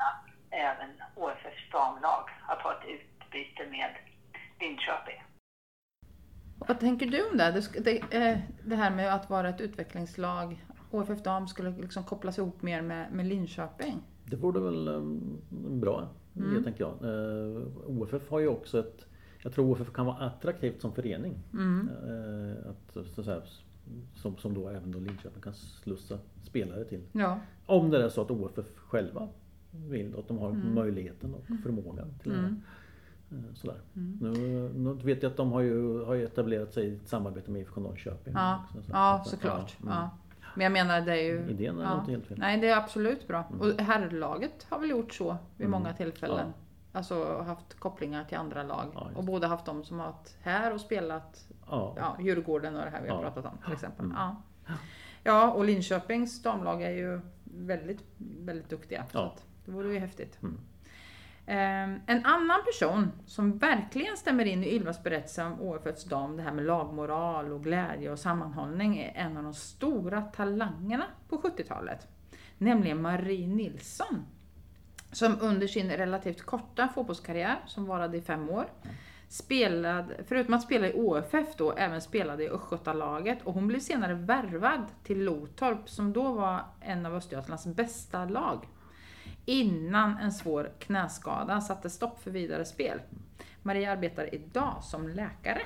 även O F F:s damlag att ha ett utbyte med Linköping. Vad tänker du om det? Det, det, det här med att vara ett utvecklingslag, O F F Dam skulle liksom kopplas ihop mer med, med Linköping? Det vore väl um, bra, mm. det tänker jag. Uh, O F F har ju också ett, jag tror O F F kan vara attraktivt som förening. Mm. Uh, att, så att säga, som, som då även då Linköping kan slussa spelare till. Ja. Om det är så att O F F själva vill, att de har mm. möjligheten och förmågan till mm. det här. Sådär. Mm. Nu, nu vet jag att de har ju, har ju etablerat sig i ett samarbete med I F K Norrköping. Ja, också, så ja så, såklart. Ja, mm. ja. Men jag menar det är ju... Idén är ja. inte helt fel. Nej, det är absolut bra. Mm. Och herrlaget har väl gjort så vid mm. många tillfällen. Ja. Alltså haft kopplingar till andra lag. Ja, och både haft de som har varit här och spelat ja. Ja, Djurgården och det här vi har ja. pratat om till exempel. Mm. Ja. ja, och Linköpings damlag är ju väldigt, väldigt duktiga. Ja. Så att det vore ju häftigt. Mm. En annan person som verkligen stämmer in i Ylvas berättelse om O F F:s dam, det här med lagmoral och glädje och sammanhållning, är en av de stora talangerna på sjuttiotalet. Nämligen Marie Nilsson, som under sin relativt korta fotbollskarriär, som varade i fem år, spelade, förutom att spela i O F F då, även spelade i Östgötalaget, och hon blev senare värvad till Lotorp, som då var en av Östergötlands bästa lag, innan en svår knäskada satte stopp för vidare spel. Marie arbetar idag som läkare.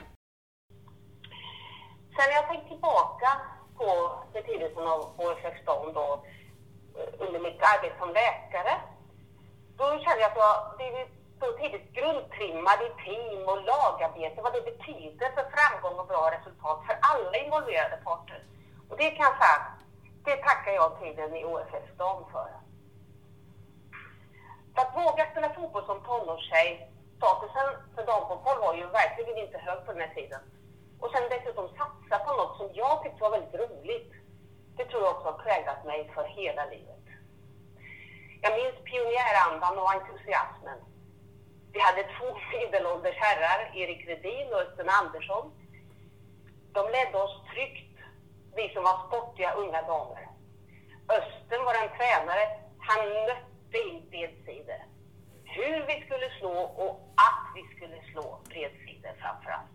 Sen jag tänkt tillbaka på betydelsen av O F F:s dam då, under mitt arbete som läkare, då känner jag att jag blivit så tidigt grundtrimmad i team och lagarbete, vad det betyder för framgång och bra resultat för alla involverade parter. Och det kan jag säga, det tackar jag tiden i O F F:s dam för. För att våga spela fotboll som tonårstjej, statusen för damfotboll var ju verkligen inte hög på den här tiden. Och sen dessutom satsa på något som jag tyckte var väldigt roligt. Det tror jag också har präglat mig för hela livet. Jag minns pionjärandan och entusiasmen. Vi hade två medelålders herrar, Erik Redin och Östen Andersson. De ledde oss tryggt, vi som var sportiga unga damer. Östen var en tränare, han nötte in bredsidor. Hur vi skulle slå och att vi skulle slå bredsidor framförallt.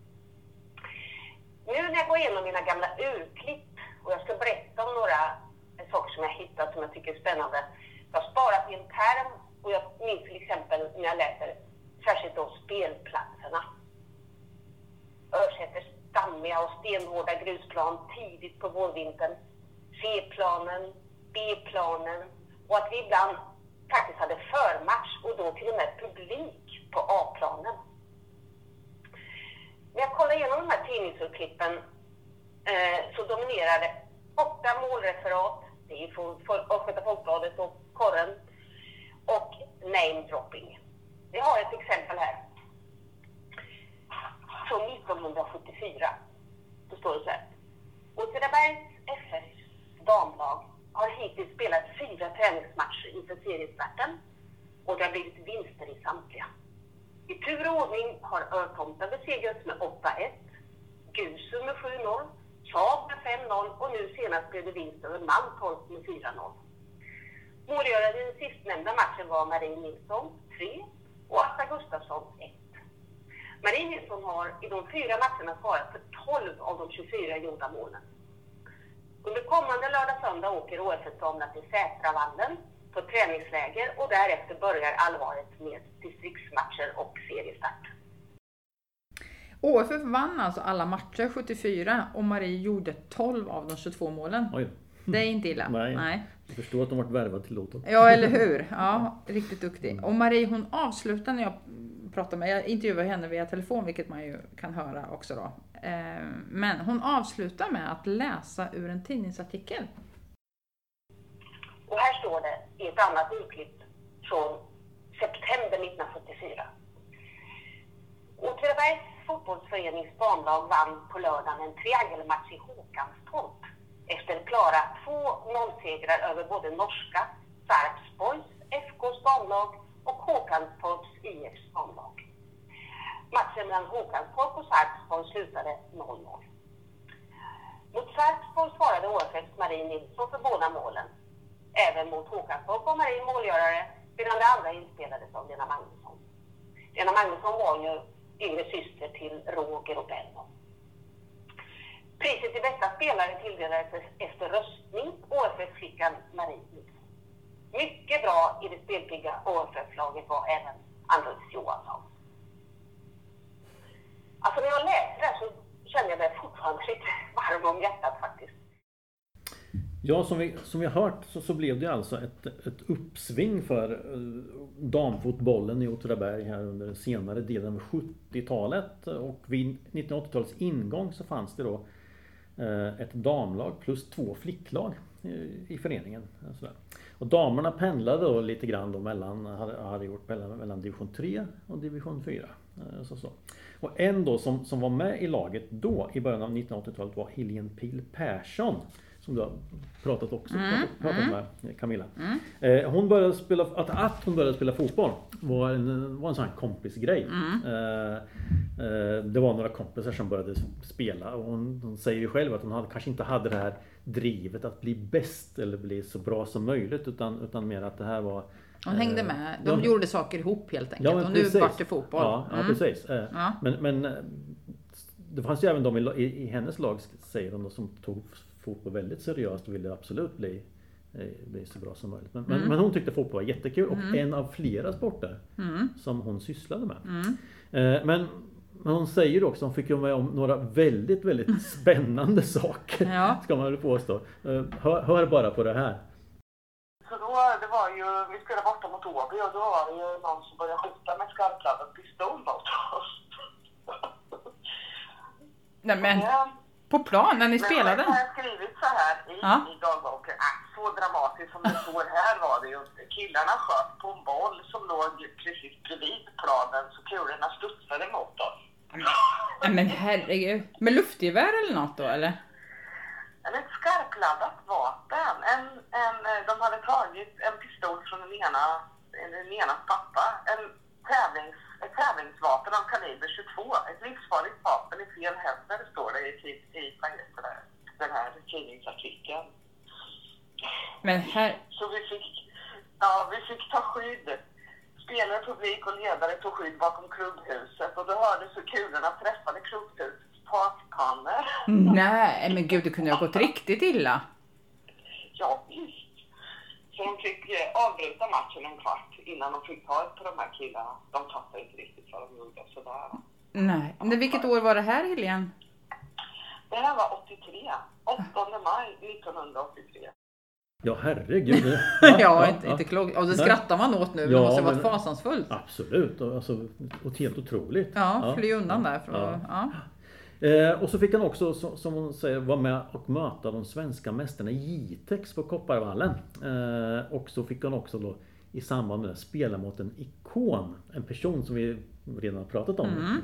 Nu när jag går igenom mina gamla urklipp och jag ska berätta om några saker som jag hittat som jag tycker är spännande. Jag har sparat i en term och jag minns till exempel när jag läser särskilt då spelplatserna. Örsätters dammiga och stenhårda grusplan tidigt på vårvintern. C-planen, B-planen. Och att vi ibland faktiskt hade förmatch och då till och med publik på A-planen. När jag kollar igenom de här tidningsurklippen eh, så dominerade korta målreferat, det är från Östgöta Folkbladet och Korren, och name-dropping. Vi har ett exempel här. Från nittonhundrasjuttiofyra. Då står det så här. Åtvidabergs F F damlag har hittills spelat fyra träningsmatcher inför seriestarten och det har blivit vinster i samtliga. I tur och ordning har Örtomta besegrats med åtta ett, Gusum med sju noll, Saab med fem noll och nu senast blev det vinst över Mantorp med fyra noll. Målgörare i den sistnämnda matchen var Marie Nilsson tre och Asta Gustafsson ett. Marie Nilsson har i de fyra matcherna svarat för tolv av de tjugofyra gjorda målen. Under kommande lördag söndag åker O F F-damerna till Sätravallen på träningsläger och därefter börjar allvaret med distriktsmatcher och seriestart. O F F vann alltså alla matcher sjuttiofyra och Marie gjorde tolv av de tjugotvå målen. Oj. Det är inte illa. Nej. Nej. Jag förstår att de varit värvad till Lotorp. Ja, eller hur? Ja, riktigt duktig. Och Marie, hon avslutar när jag pratar med, jag intervjuar henne via telefon, vilket man ju kan höra också då. Men hon avslutar med att läsa ur en tidningsartikel. Och här står det i ett annat urklipp från september nittonhundrasjuttiofyra. Åtvidabergs fotbollsförenings barnlag vann på lördagen en triangelmatch i Håkanstorp efter klara två noll-segrar över både norska Sarpsborgs F K:s barnlag och Håkanstorps I F:s barnlag. Matchen mellan Håkanstorp och Sarpsborg slutade noll noll. Mot Sarpsborg svarade O F F:s Marie Nilsson för båda målen. Även mot Håkanstorp var Marie målgörare medan det andra inspelades av Lena Magnusson. Lena Magnusson var ju yngre syster till Roger och Benno. Priset till bästa spelare tilldelades efter röstning. O F F-flickan Marie Nilsson. Mycket bra i det spelpigga O F F-laget var även Anders Johansson. Alltså när jag läste det så kände jag mig fortfarande lite varm om hjärtat faktiskt. Ja, som vi, som vi har hört så, så blev det alltså ett, ett uppsving för eh, damfotbollen i Åtvidaberg här under senare delen av sjuttiotalet. Och vid nittonhundraåttiotalets ingång så fanns det då eh, ett damlag plus två flicklag i, i föreningen. Sådär. Och damerna pendlade då lite grann då mellan, hade, hade gjort mellan, mellan division tre och division fyra. Eh, så, så. Och en då som, som var med i laget då i början av nittonhundraåttiotalet var Helene Pil Persson. Som du har pratat också mm, pratat, pratat mm. med Camilla. Mm. Eh, hon började spela, att, att hon började spela fotboll var en, var en sån här kompisgrej. Mm. Eh, eh, det var några kompisar som började spela. Och hon, hon säger ju själv att hon hade, kanske inte hade det här drivet att bli bäst eller bli så bra som möjligt. Utan, utan mer att det här var... Hon hängde med. De ja, gjorde saker ihop helt enkelt. Ja, och nu vart det fotboll. Ja, ja mm. precis. Eh, ja. Men, men det fanns ju även de i, i, i hennes lag, säger de, som tog fotboll väldigt seriöst och ville absolut bli, bli så bra som möjligt. Men, mm. men, men hon tyckte fotboll var jättekul och mm. en av flera sporter mm. som hon sysslade med. Mm. Eh, men, men hon säger också att hon fick ju med om några väldigt, väldigt spännande saker. Ja. Ska man väl påstå. Eh, hör, hör bara på det här. Så då, det var ju, vi spelade borta mot Åby och då var det ju någon som började skjuta med skarpladdad pistol mot oss. Nej men... På plan när ni men spelade? Men jag har skrivit så här i, ja. i dagboken. Äh, så dramatiskt som det står här var det ju. Killarna sköt på en boll som låg precis bredvid planen så kulorna studsade mot oss. Ja, men herregud. Med luftgevär eller något då eller? Eller ett skarpladdat vapen. En, en, de hade tagit en pistol från den ena, den ena pappa. En tävlings, ett tävlingsvapen av kaliber tjugotvå. Ett livsfarligt vapen i fel händer står det i, i, i den här tidningsartikeln. Men här... Så vi fick, ja, vi fick ta skydd. Spelare, publik och ledare tog skydd bakom klubbhuset. Och då hördes hur kulorna träffade klubbhusets takpannor. Nej, men gud, det kunde ha gått riktigt illa. Ja, visst. Så de fick avbryta matchen en kvart innan de fick ta på de här killarna. De tappade inte riktigt vad de gjorde sådär. Nej, men vilket år var det här, Helene? Det här var åttiotre. åttonde maj nittonhundraåttiotre. Ja, herregud. ja, ja, inte, ja. inte klokt. Och det skrattar man åt nu. Ja, det måste ha varit fasansfullt. Absolut. Alltså, och helt otroligt. Ja, ja. Fly undan där. För ja. Ja. Eh, och så fick han också, som hon säger, vara med och möta de svenska mästarna i Jitex på Kopparvallen. Eh, och så fick han också då i samband med det spela mot en ikon. En person som vi redan har pratat om. Mm.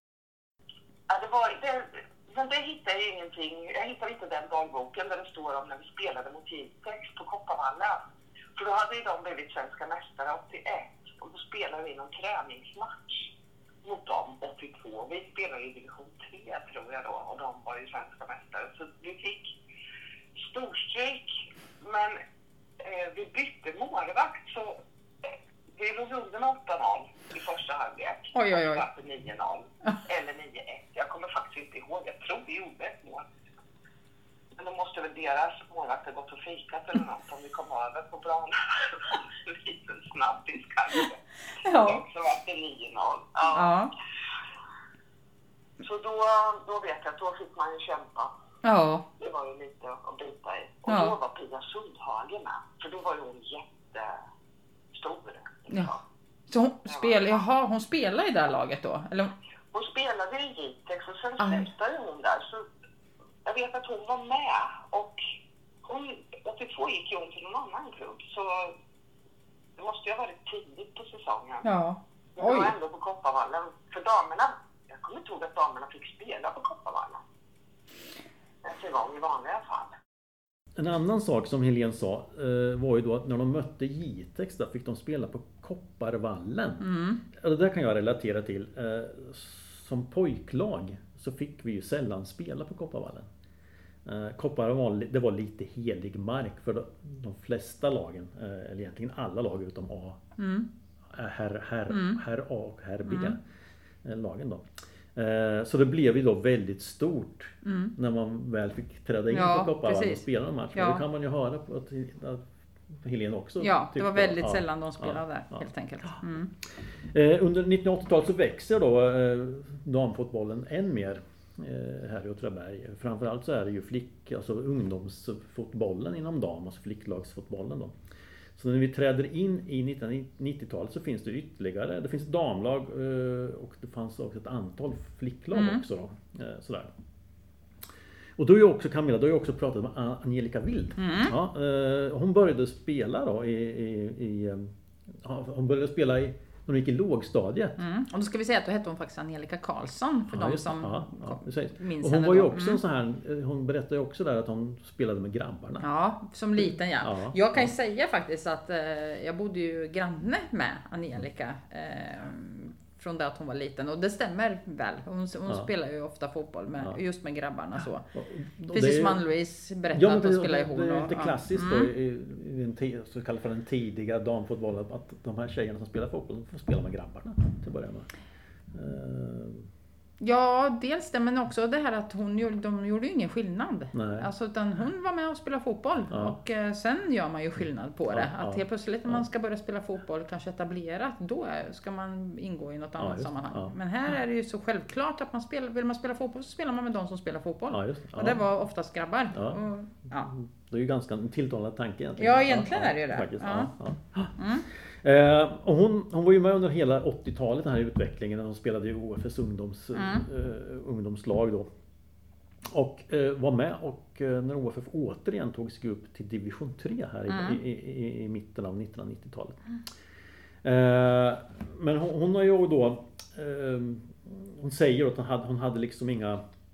Ja, det var... Det... Men det hittade jag ingenting. Jag hittade inte den dagboken där det står om när vi spelade mot Jitex på Kopparvallen. För då hade ju de blivit svenska mästare åttioett. Och då spelade vi någon träningsmatch mot dem åttiotvå. Vi spelade i division tre tror jag då. Och de var ju svenska mästare. Så vi fick storstryk. Men eh, vi bytte målvakt så eh, vi låg under med åtta noll i första halvlek. Oj, oj, oj. nio noll eller nio ett. Jag kommer faktiskt inte ihåg. Jag tror vi gjorde ett mål. Men då måste väl deras målvakt ha gått och fikat eller något om vi kom över på planen. En liten snabbis kanske. Ja. Och så var det nio noll. Ja. Ja. Så då, då vet jag att då fick man ju kämpa. Ja. Det var ju lite att bita i. Och ja. då var Pia Sundhage med. För då var ju hon jättestor. Ja. Så hon spelade, jaha, hon spelade i det här laget då? Eller? Hon spelade i Jitex och sen slutade hon där. Så jag vet att hon var med. Och hon, åttiotvå gick ju hon till någon annan klubb. Så det måste ju ha varit tidigt på säsongen. Ja. Men det var ändå på Kopparvallen. För damerna, jag kommer inte ihåg att damerna fick spela på Kopparvallen. En gång i vanliga fall. En annan sak som Helene sa eh, var ju då att när de mötte Jitex där fick de spela på Kopparvallen. Mm. Det där kan jag relatera till. Eh, som pojklag så fick vi ju sällan spela på Kopparvallen. Eh, Kopparberg var, det var lite helig mark för de, de flesta lagen, eh, eller egentligen alla lag utom A. Mm. Herr, herr, Mm. herr A och herr B. Mm. eh, Lagen då. Eh, så det blev ju då väldigt stort Mm. när man väl fick träda in Ja, på Kopparberg och precis. spela en match. Ja. Men det kan man ju höra på att, att Helene också Ja, det tyckte. var väldigt Ja. sällan de spelade Ja, där, ja. helt enkelt. Mm. Eh, under nittonhundraåttiotalet så växer då eh, damfotbollen än mer eh, här i Åtvidaberg. Framförallt så är det ju flick, alltså ungdomsfotbollen inom dam, alltså flicklagsfotbollen då. Så när vi träder in i nittonnittiotalet så finns det ytterligare, det finns damlag eh, och det fanns också ett antal flicklag Mm. också då. Eh, sådär. Och då är ju också Camilla, då har jag också pratat med Angelica Wild. Mm. Ja, eh, hon började spela då i, i, i eh, ja, hon började spela i, när hon gick i lågstadiet. Mm. Och då ska vi säga att då hette hon faktiskt Angelica Karlsson för Ja, de just det. som Ja, ja, precis. minns Och hon henne var ju då. också Mm. en sån här, hon berättade ju också där att hon spelade med grabbarna. Ja, som liten ja. Ja, jag kan ju ja. säga faktiskt att eh, jag bodde ju granne med Angelica eh, från det att hon var liten. Och det stämmer väl. Hon, hon Ja. spelar ju ofta fotboll med, Ja. just med grabbarna så. Och- och Precis det- som Ann-Louise berättade Ja, men att de det, spelar i det, horn. det är och- lite ja. klassiskt Mm. då i, i en ti- så kallad för den tidiga damfotbollen att de här tjejerna som spelar fotboll får spela med grabbarna till att börja med. Eh, Ja, dels det, men också det här att hon gjorde, de gjorde ju ingen skillnad. Nej. Alltså, utan hon var med och spelade fotboll. Ja. Och eh, sen gör man ju skillnad på det. Ja, Att ja. helt plötsligt när Ja. man ska börja spela fotboll, kanske etablerat, då är, ska man ingå i något Ja, annat just det. sammanhang. Ja. Men här är det ju så självklart att man spelar, vill man spela fotboll så spelar man med de som spelar fotboll. ja, just det. Och det var oftast grabbar. Ja. Och, ja. Det är ju ganska en tilltalande tanke egentligen. Ja, egentligen är det ju det. Faktiskt. Ja. Ja, ja. Mm. Eh, och hon, hon var ju med under hela åttiotalet, den här utvecklingen. Hon spelade i O F S ungdoms, Mm. eh, ungdomslag då. Och eh, var med och eh, när O F F återigen tog sig upp till division tre här i, Mm. i, i, i mitten av nittonhundranittiotalet. Eh, men hon, hon har ju då eh, hon säger att hon hade, hon hade liksom inga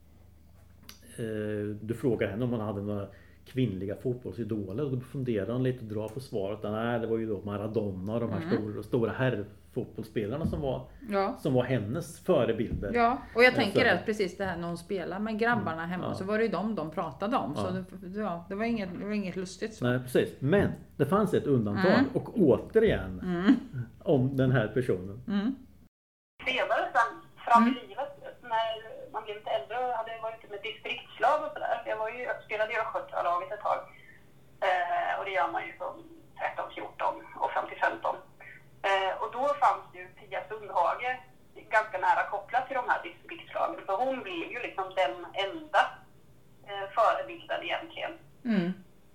eh, du frågar henne om hon hade några kvinnliga fotbollsidoler och då funderar hon lite och drar på svaret. Nej, det var ju då Maradona och de här Mm. stora, stora herrfotbollsspelarna som var, Ja. som var hennes förebilder. Ja, och jag Så- tänker att precis det här när hon spelar med grabbarna hemma Ja. så var det ju dem de pratade om. Så Ja. det, ja, det, var inget, det var inget lustigt så. Nej, precis. Men det fanns ett undantag Mm. och återigen Mm. om den här personen. Mm. Senare sen fram i Mm. livet när man blev lite äldre och hade varit med distriktslag och sådär. Jag var ju, jag spelade i Östgötalaget ett tag. Eh, och det gör man ju från tretton, fjorton och fram till femton. Eh, och då fanns ju Pia Sundhage ganska nära kopplat till de här distriktslagen. För hon blev ju liksom den enda eh, förebilden egentligen. Mm.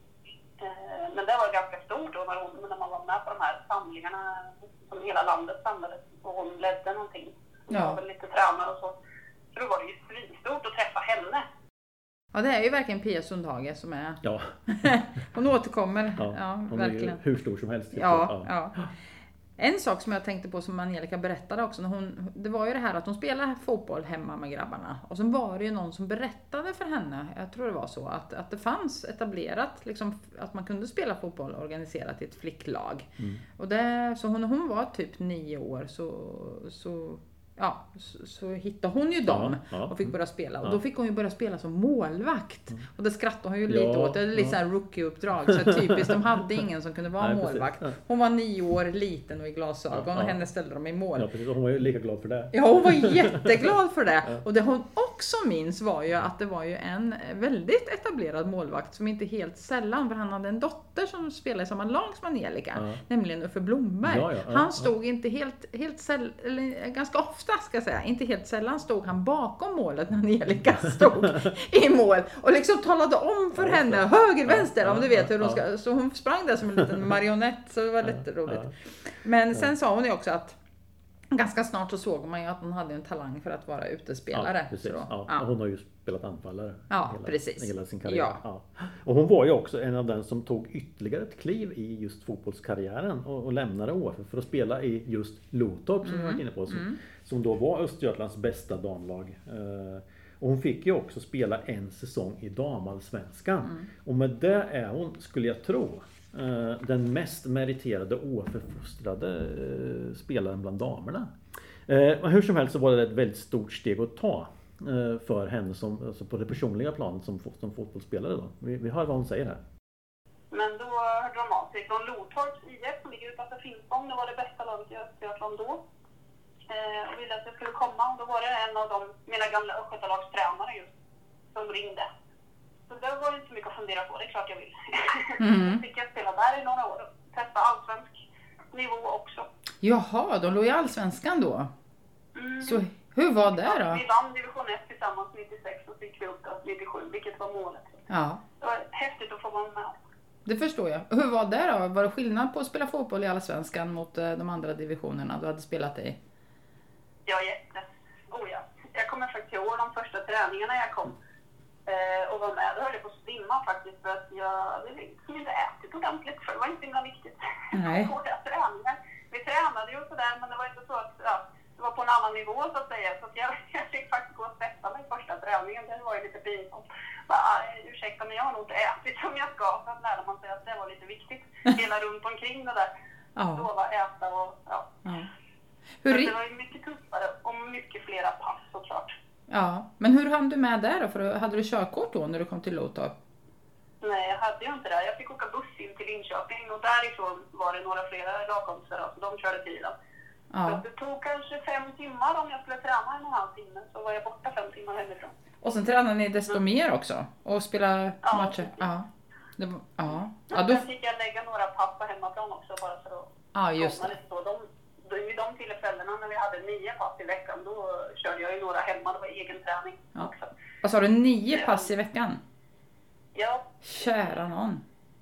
Eh, men det var ganska stort då när, hon, när man var med på de här samlingarna som hela landet samlades och hon ledde någonting. Hon Ja. var väl lite tränare och så. Så då var det ju svinstort att träffa henne. Ja, det är ju verkligen Pia Sundhage som är... Ja, Hon återkommer. ja, Ja, hon är ju verkligen. hur stor som helst. typ. Ja, ja. En sak som jag tänkte på som Angelica berättade också, när hon, det var ju det här att hon spelade fotboll hemma med grabbarna. Och sen var det ju någon som berättade för henne, jag tror det var så, att, att det fanns etablerat, liksom, att man kunde spela fotboll organiserat i ett flicklag. Mm. Och det, så hon, hon var typ nio år så, så, ja, så, så hittade hon ju dem Ja, ja. och fick börja spela. Och Ja. då fick hon ju börja spela som målvakt. Och det skrattade hon ju lite Ja, åt. Det är lite ja. så här rookie-uppdrag. Så typiskt, de hade ingen som kunde vara Nej, precis. målvakt. Ja. Hon var nio år, liten och i glasögon. Ja, ja. Och henne ställde de i mål. Ja, precis. Och hon var ju lika glad för det. Ja, hon var jätteglad för det. Och det hon också minns var ju att det var ju en väldigt etablerad målvakt som inte helt sällan, för han hade en dotter som spelade i samma lag som Angelica, Ja. nämligen Uffe Blomberg. Ja, ja, ja, han stod inte helt, helt säll, eller ganska ofta ska jag säga, inte helt sällan stod han bakom målet när Angelica stod i mål och liksom talade om för Ja, henne det. höger, Ja, vänster, ja, om du vet hur de ja. ska, så hon sprang där som en liten marionett, så det var lite roligt. Ja. Men sen sa hon ju också att ganska snart så såg man ju att hon hade en talang för att vara utespelare. Ja, precis. Så då, Ja. ja. Och hon har ju spelat anfallare Ja, hela, precis. hela sin karriär. Ja. Ja. Och hon var ju också en av den som tog ytterligare ett kliv i just fotbollskarriären och, och lämnade O F F för att spela i just Lotorp som vi varit inne på, som, Mm. som då var Östergötlands bästa damlag. Eh, och hon fick ju också spela en säsong i damallsvenskan. Mm. Och med det är hon, skulle jag tro, eh, den mest meriterade O F F-fostrade eh, spelaren bland damerna. Eh, men hur som helst så var det ett väldigt stort steg att ta. eh, för henne som, alltså på det personliga planet som, som fotbollsspelare då. Vi, vi hör vad hon säger här. Men då hörde de av sig från Lotorps I F som ligger utanför Finspång. Det var det bästa laget i Östergötland då. Eh, och ville att jag skulle komma. Och då var det en av de, mina gamla östgötalagstränare just som ringde. Så det var inte så mycket att fundera på. Det är klart jag vill. Mm. Så fick jag spela där i några år och testa allsvensk nivå också. Jaha, de låg i allsvenskan då? Mm. Så hur var det då? Vi vann division ett tillsammans nittiosex och fick vi upp då nittiosju, vilket var målet. Ja. Det var häftigt att få vara med. Det förstår jag. Hur var det då? Var det skillnad på att spela fotboll i allsvenskan mot de andra divisionerna du hade spelat i? Ja, jätte. Oh ja. Jag kommer faktiskt ihåg de första träningarna jag kom eh, och var med. Då höll jag på att stimma faktiskt för att jag hade liksom inte ätit ordentligt för det var inte himla viktigt. Nej. Hårda träningar. Vi tränade ju sådär men det var inte så att ja, det var på en annan nivå så att säga. Så att jag, jag fick faktiskt gå och sätta mig första träningen. Det var ju lite pinsamt. Bara, ursäkta men jag har nog inte ätit som jag ska. Så att lärde man sig att det var lite viktigt. Hela runt omkring det där. Ja. Sova, äta och ja. Ja. Hur... Det var ju mycket tuffare och mycket flera pass såklart. Ja, men hur hann du med där då? För hade du körkort då när du kom till Lotorp? Nej, jag hade ju inte det. Jag fick åka buss in till Linköping och därifrån var det några flera lagkompisar så de körde bilen. Ja. Så det tog kanske fem timmar om jag skulle träna en och en halv timme så var jag borta fem timmar hemifrån. Och sen tränade ni desto mm. mer också? Och spela ja, matcher? Ja. Det var, ja. Ja, då fick jag lägga några pass på hemmaplan också bara för att ja, just det. Så de, i de tillfällena när vi hade nio pass i veckan då körde jag ju några hemma, det var egen träning ja. också. Vad sa du, nio pass i veckan? Ja. Kära någon.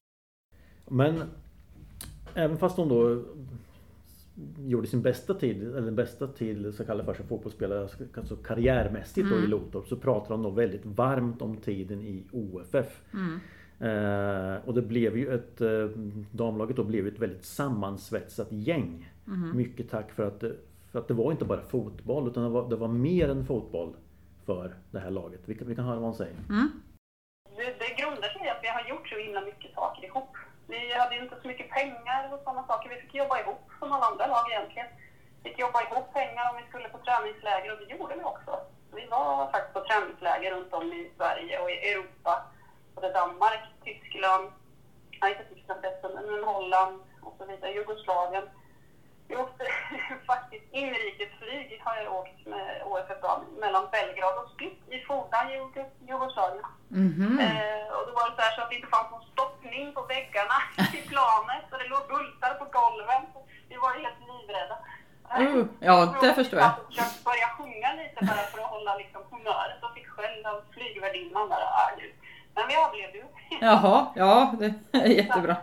Men även fast hon då gjorde sin bästa tid, eller bästa tid så kallad för sig fotbollsspelare, alltså karriärmässigt mm. då i Lotorp, så pratar de då väldigt varmt om tiden i O F F. Mm. Eh, och det blev ju ett, eh, damlaget då blev ett väldigt sammansvetsat gäng. Mm. Mycket tack för att, för att det var inte bara fotboll utan det var, det var mer än fotboll för det här laget. Vi kan, vi kan höra vad hon säger. Mm. Det, det grundar sig i att vi har gjort så himla mycket saker ihop. Vi hade inte så mycket pengar och sådana saker. Vi fick jobba ihop som alla andra lag egentligen. Vi fick jobba ihop pengar om vi skulle på träningsläger och det gjorde vi också. Vi var faktiskt på träningsläger runt om i Sverige och i Europa. Både Danmark, Tyskland, nej inte Tyskland men Holland och så vidare, Jugoslavien. Vi åkte faktiskt inrikesflyg har jag åkt med O F F mellan Belgrad och Split i forna Jugoslavien. Mm-hmm. Eh, och då var det så, här så att det inte fanns någon stoppning på väggarna i planet och det låg bultar på golven. Vi var helt livrädda. Uh, ja, det förstår jag. Jag började sjunga lite bara för att hålla liksom humöret och fick själv av flygvärdinnan där. Ah, men vi överlevde ju. Jaha, ja det är jättebra.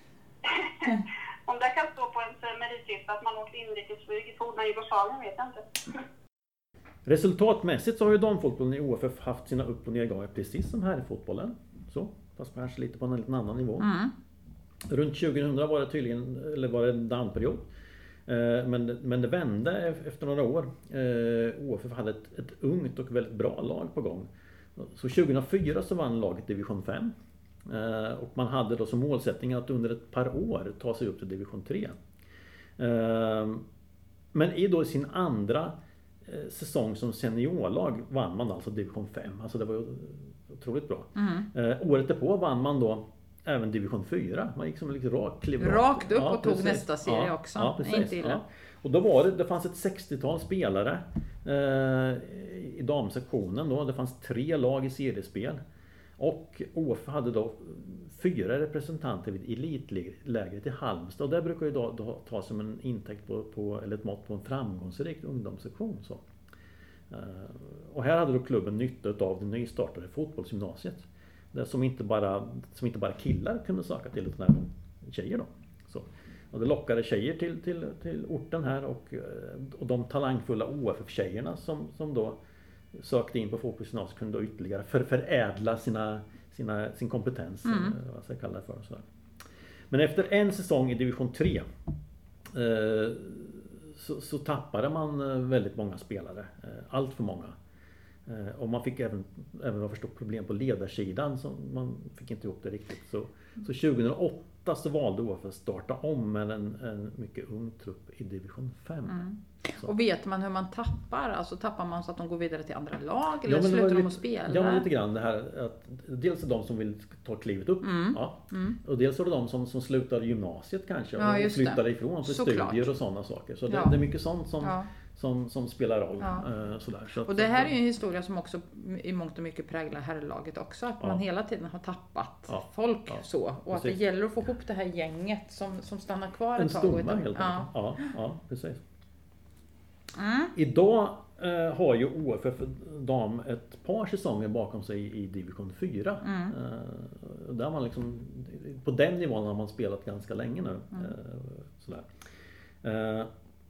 Om det kan stå på en meritlista att man åkt inrikesflyg i forna Jugoslavien vet jag inte. Resultatmässigt så har ju damfotbollen i O F F haft sina upp- och nedgångar precis som här i fotbollen. Så, fast kanske lite på en liten annan nivå. Mm. Runt tjugohundra var det tydligen, eller var det en downperiod. Men, men det vände efter några år. O F F hade ett, ett ungt och väldigt bra lag på gång. Så tjugohundrafyra så vann laget division fem. Och man hade då som målsättning att under ett par år ta sig upp till division tre. Men i då sin andra säsong som seniorlag vann man alltså division fem. Alltså det var otroligt bra. Mm. Året därpå vann man då även division fyra. Man gick som liksom rakt, kliv rakt. Rakt upp ja, och tog precis. nästa serie ja, också. Ja, precis. Inte illa. Ja. Och då var det, det fanns ett sextiotal spelare eh, i damsektionen då. Det fanns tre lag i seriespel. Och O F F hade då fyra representanter vid elitlägret i Halmstad. Och det brukar ju då, då ta som en intäkt på, på, eller ett mått på en framgångsrik ungdomssektion. Så. Eh, och här hade då klubben nytta av det nystartade fotbollsgymnasiet. Det som inte bara, som inte bara killar kunde söka till utan även tjejer då. Så. Och det lockade tjejer till, till, till orten här och, och de talangfulla O F F-tjejerna som, som då sökte in på fotbollsgymnasiet kunde då ytterligare för, förädla sina, sina, sin kompetens. Mm. Vad ska jag kalla det för. Så. Men efter en säsong i division tre eh, så, så tappade man väldigt många spelare. Eh, allt för många. Och man fick även, även vad jag förstår, problem på ledarsidan så man fick inte ihop det riktigt. Så, så tjugohundraåtta så valde O F F att starta om med en, en mycket ung trupp i division fem. Mm. Så. Och vet man hur man tappar? Alltså tappar man så att de går vidare till andra lag? Eller Ja, men det var slutar de lite- att spela? Ja, men lite grann det här att dels är de som vill ta klivet upp. Mm. Ja. Mm. Och dels är det de som, som slutar gymnasiet kanske Ja, och just flyttar det. ifrån för Såklart. studier och sådana saker. Så det, Ja. det är mycket sånt som, Ja. som, som spelar roll. Ja. Eh, sådär. Så att- Och det här är ju en historia som också i mångt och mycket präglar herrlaget också. Att Ja. man hela tiden har tappat Ja. folk Ja. så. Och att det Precis. gäller att få ihop det här gänget som, som stannar kvar En ett tag. och stomme ett- helt ja. enkelt. Ja, ja, precis. Mm. Idag eh, har ju O F F dam ett par säsonger bakom sig i, i division fyra. Mm. Eh, där man liksom, på den nivån har man spelat ganska länge nu. Mm. Eh, sådär. Eh,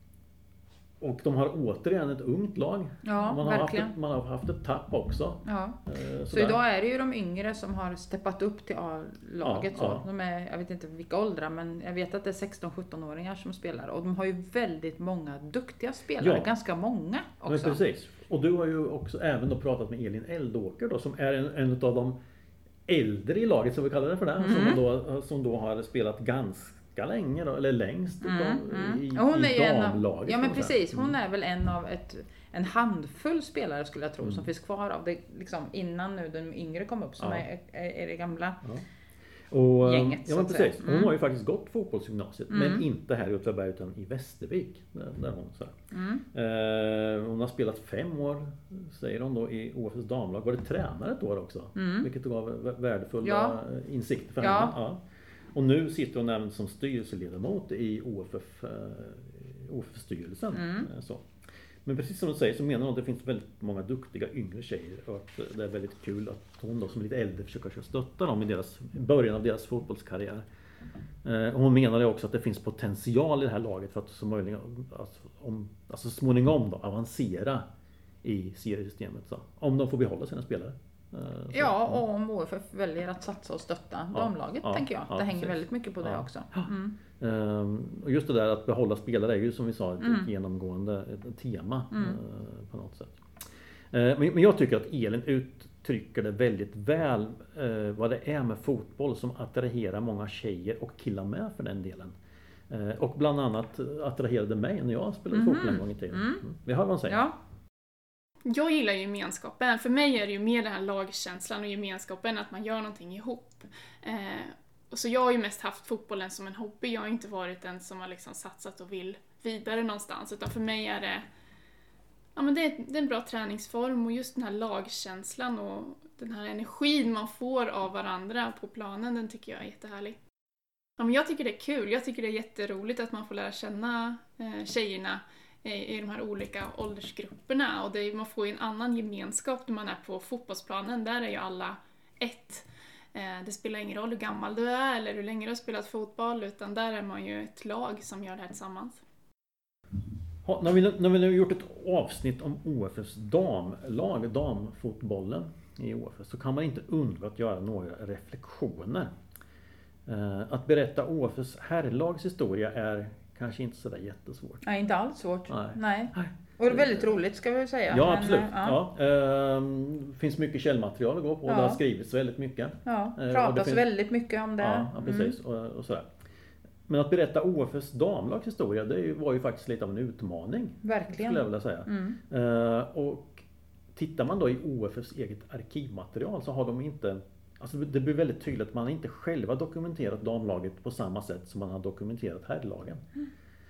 och de har återigen ett ungt lag. Ja, man, har haft verkligen. ett, man har haft ett tapp också. Ja. Eh, Så sådär. idag är det ju de yngre som har steppat upp till A-laget. Ja, så. ja. De är, jag vet inte vilka åldrar, men jag vet att det är sexton-sjutton-åringar som spelar. Och de har ju väldigt många duktiga spelare, Ja. ganska många Men också. precis. Och du har ju också även då pratat med Elin Eldåker då, som är en, en av de äldre i laget, som vi kallar det för det, Mm. som, då, som då har spelat ganska länge då, eller längst Mm, utav, mm. i, Och hon i är ju en av, damlaget. ja kan men man säga. precis, hon är väl en av ett, en handfull spelare skulle jag tro Mm. som finns kvar av det liksom innan nu den yngre kom upp som Ja. är, är, är det gamla. Ja. Och, Gänget, ja, så men att precis. säga. Hon Mm. har ju faktiskt gått fotbollsgymnasiet, Mm. men inte här i Åtvidaberg utan i Västervik. Där, där hon, så här. Mm. Eh, hon har spelat fem år, säger hon då, i O F F:s damlag. Var det tränare ett år också? Mm. Vilket gav vä- värdefulla Ja. insikter för Ja. henne. Ja. Och nu sitter hon även som styrelseledamot i O F F, eh, O F F-styrelsen. Mm. Eh, så. Men precis som du säger så menar hon att det finns väldigt många duktiga yngre tjejer och att det är väldigt kul att hon då som är lite äldre försöker stötta dem i deras, början av deras fotbollskarriär. Eh, och hon menar också att det finns potential i det här laget för att så möjligt, alltså, om, alltså småningom då, avancera i seriesystemet. Så, om de får behålla sina spelare. Eh, så, Ja, och om O F F väljer att satsa och stötta Ja. damlaget Ja. tänker jag. Ja, Det hänger precis. väldigt mycket på det Ja. också. Mm. Ehm, och just det där att behålla spelare är ju som vi sa ett, Mm. ett genomgående ett tema Mm. eh, på något sätt. Eh, men, men jag tycker att Elin uttrycker det väldigt väl eh, vad det är med fotboll som attraherar många tjejer och killar med för den delen. Eh, och bland annat attraherade mig när jag spelade Mhm. fotboll en gång i tiden. Mm. Mm. Vi hör vad hon säger. Ja. Jag gillar ju gemenskapen. För mig är det ju mer den här lagkänslan och gemenskapen, att man gör någonting ihop. Eh, och så jag har ju mest haft fotbollen som en hobby. Jag har inte varit den som har liksom satsat och vill vidare någonstans. Utan för mig är det, ja, men det, är, det är en bra träningsform, och just den här lagkänslan och den här energin man får av varandra på planen, den tycker jag är jättehärlig. Ja, men jag tycker det är kul. Jag tycker det är jätteroligt att man får lära känna eh, tjejerna i de här olika åldersgrupperna, och det är, man får ju en annan gemenskap när man är på fotbollsplanen. Där är ju alla ett. Eh, det spelar ingen roll hur gammal du är eller hur länge du har spelat fotboll, utan där är man ju ett lag som gör det här tillsammans. Ha, när, vi, när vi nu har gjort ett avsnitt om O F F:s damlag, damfotbollen i O F F, så kan man inte undgå att göra några reflektioner. Eh, att berätta O F F:s herrlags historia är kanske inte sådär jättesvårt. Nej, inte alls svårt. Nej. Nej. Nej. Och det är väldigt roligt ska vi väl säga. Ja, Men, absolut. eh, Ja. Ja. Ehm, finns mycket källmaterial att gå på. Ja. Det har skrivits väldigt mycket. Ja, Eh, och det pratas finns- väldigt mycket om det. Ja, ja, precis. Och, och sådär. Men att berätta O F F:s damlags historia, det är ju- var ju faktiskt lite av en utmaning. Verkligen. Skulle jag vilja säga. Mm. Eh, och tittar man då i O F F:s eget arkivmaterial så har de inte, alltså det blir väldigt tydligt att man inte själva dokumenterat damlaget på samma sätt som man har dokumenterat herrlagen. Mm.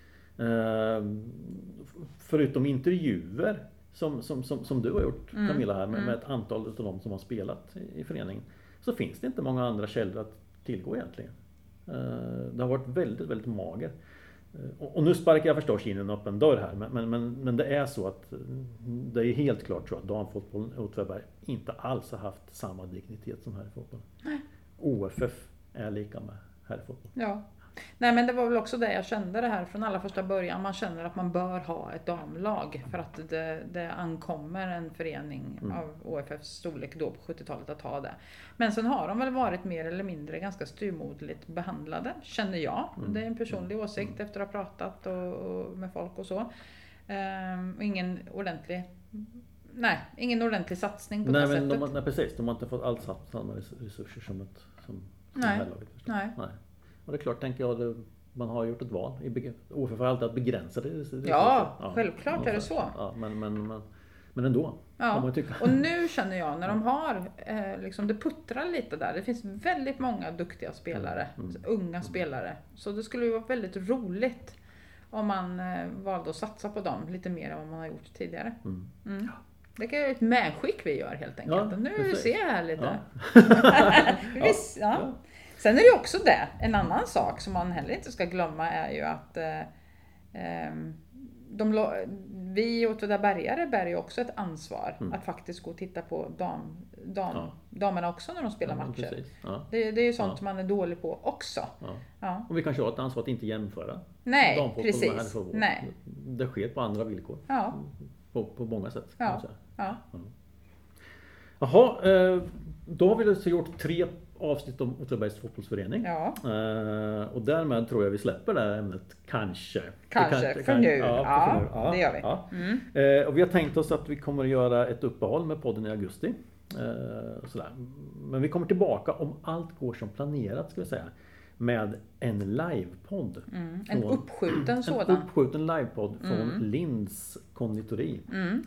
Eh, förutom intervjuer som, som, som, som du har gjort, Mm. Camilla, här med, Mm. med ett antal av de som har spelat i, i föreningen, så finns det inte många andra källor att tillgå egentligen. Eh, det har varit väldigt, väldigt mager. Och, och nu sparkar jag förstås in en öppen dörr här, men, men, men, men det är så att det är helt klart så att damfotbollen i Åtvidaberg inte alls har haft samma dignitet som herrfotbollen. O F F är lika med herrfotboll. Ja. Nej, men det var väl också det jag kände det här från allra första början. Man känner att man bör ha ett damlag för att det, det ankommer en förening Mm. av O F F:s storlek då på sjuttiotalet att ha det. Men sen har de väl varit mer eller mindre ganska styrmodligt behandlade, känner jag. Mm. Det är en personlig åsikt efter att ha pratat och, och med folk och så. Ehm, och ingen ordentlig Nej, ingen ordentlig satsning på Nej, det men sättet. de, har- nej, precis. De har inte fått alls samma resurser som, ett, som, som Nej. herrlaget. Nej. Nej. Och det är klart, tänker jag, det man har gjort ett val. O F F har alltid att begränsa det. det ja, ja, självklart är det så. Ja, men, men, men, men ändå. Ja. Och nu känner jag när de har, eh, liksom det puttrar lite där. Det finns väldigt många duktiga spelare, mm. unga mm. spelare. Så det skulle ju vara väldigt roligt om man eh, valde att satsa på dem lite mer än vad man har gjort tidigare. Mm. Mm. Det kan ju vara ett medskick vi gör helt enkelt. Ja, nu vill vi se här lite. Ja. Visst, ja. Ja. Sen är det också det, en annan sak som man heller inte ska glömma är ju att eh, eh, de, vi Åtvidabergare bär ju också ett ansvar mm. att faktiskt gå och titta på dam, dam, ja. damerna också när de spelar ja, matcher. Ja. Det, det är ju sånt ja. man är dålig på också. Ja. Ja. Och vi kanske har ett ansvar att inte jämföra. Nej, precis. Nej. Det sker på andra villkor. Ja. På, på många sätt. Ja. Kan man säga. Ja. Ja. Jaha, då har vi alltså gjort tre avsnitt om Åtvidabergs fotbollsförening. Ja. Och därmed tror jag vi släpper det här ämnet kanske. Kanske, kan, för kan, nu. Ja, ja, för nu. Ja, det gör vi. Ja. Mm. Och vi har tänkt oss att vi kommer att göra ett uppehåll med podden i augusti. Sådär. Men vi kommer tillbaka om allt går som planerat, ska vi säga. Med en livepodd. Mm. En uppskjuten sådan. En uppskjuten livepodd från mm. Linds konditori. Mm.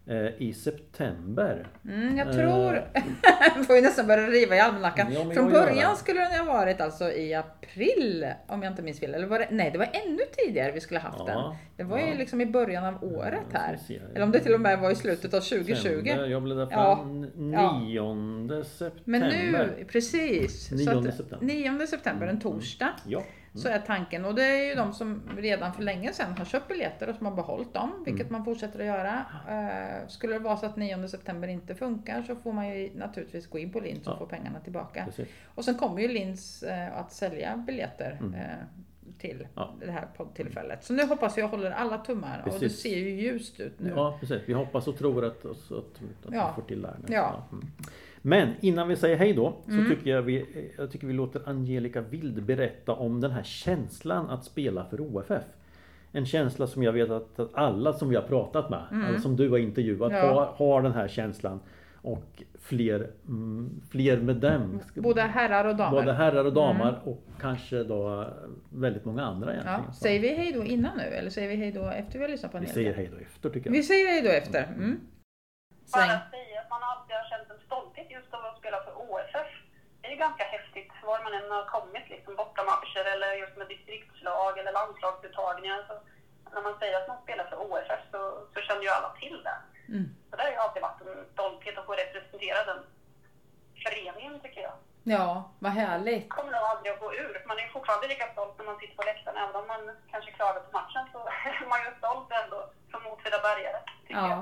I september. Mm, jag tror... Uh, får ju nästan börja riva i almanackan. Ja, från början göra. Skulle den ha varit alltså i april, om jag inte minns fel. Eller var det, nej, det var ännu tidigare vi skulle haft ja, den. Det var ja. ju liksom i början av året här. Ja, eller om det till och med var i slutet av tjugo tjugo. Jag blev där fram ja. nionde september. Men nu, precis. nionde september. nionde september, en torsdag. Ja. Mm. Så är tanken. Och det är ju de som redan för länge sedan har köpt biljetter och som har behållit dem. Vilket mm. man fortsätter att göra. Uh, skulle det vara så att nionde september inte funkar så får man ju naturligtvis gå in på Linds och ja. få pengarna tillbaka. Precis. Och sen kommer ju Linds uh, att sälja biljetter mm. uh, till ja. det här poddtillfället. Så nu hoppas jag håller alla tummar. Precis. Och det ser ju ljust ut nu. Ja, precis. Vi hoppas och tror att, att, att, att ja. vi får till det här nu. Ja. Mm. Men innan vi säger hej då så mm. tycker jag vi, jag tycker vi låter Angelica Wild berätta om den här känslan att spela för O F F. En känsla som jag vet att, att alla som vi har pratat med, mm. eller som du har intervjuat, ja. har, har den här känslan. Och fler, mm, fler med dem. Både herrar och damer. Både herrar och damer mm. och kanske då väldigt många andra egentligen. Ja. Säger vi hej då innan nu eller säger vi hej då efter vi har lyssnat på en Vi säger hej då efter tycker jag. Vi säger hej då efter. Mm. Bara att säga att man alltid har känt en stolthet just av att spela för O F F. Det är ju ganska häftigt var man än har kommit, liksom bortamatcher eller just med distriktslag eller landslagsuttagningar. Så när man säger att man spelar för O F F så, så känner ju alla till det. Mm. Så det har ju alltid varit en stolthet att få representera den föreningen tycker jag. Ja, vad härligt. Det kommer nog aldrig att gå ur. Man är fortfarande lika stolt när man sitter på läktaren. Även om man kanske klarar på matchen så är man ju stolt ändå som Åtvidabergare tycker ja. jag.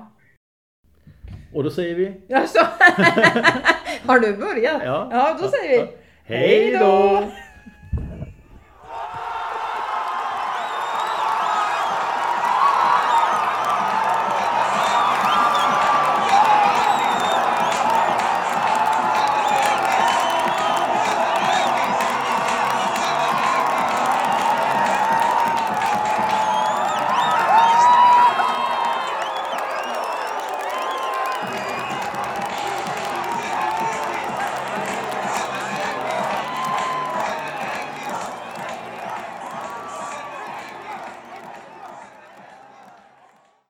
Och då säger vi... Alltså, har du börjat? Ja, ja då säger vi... Hej då!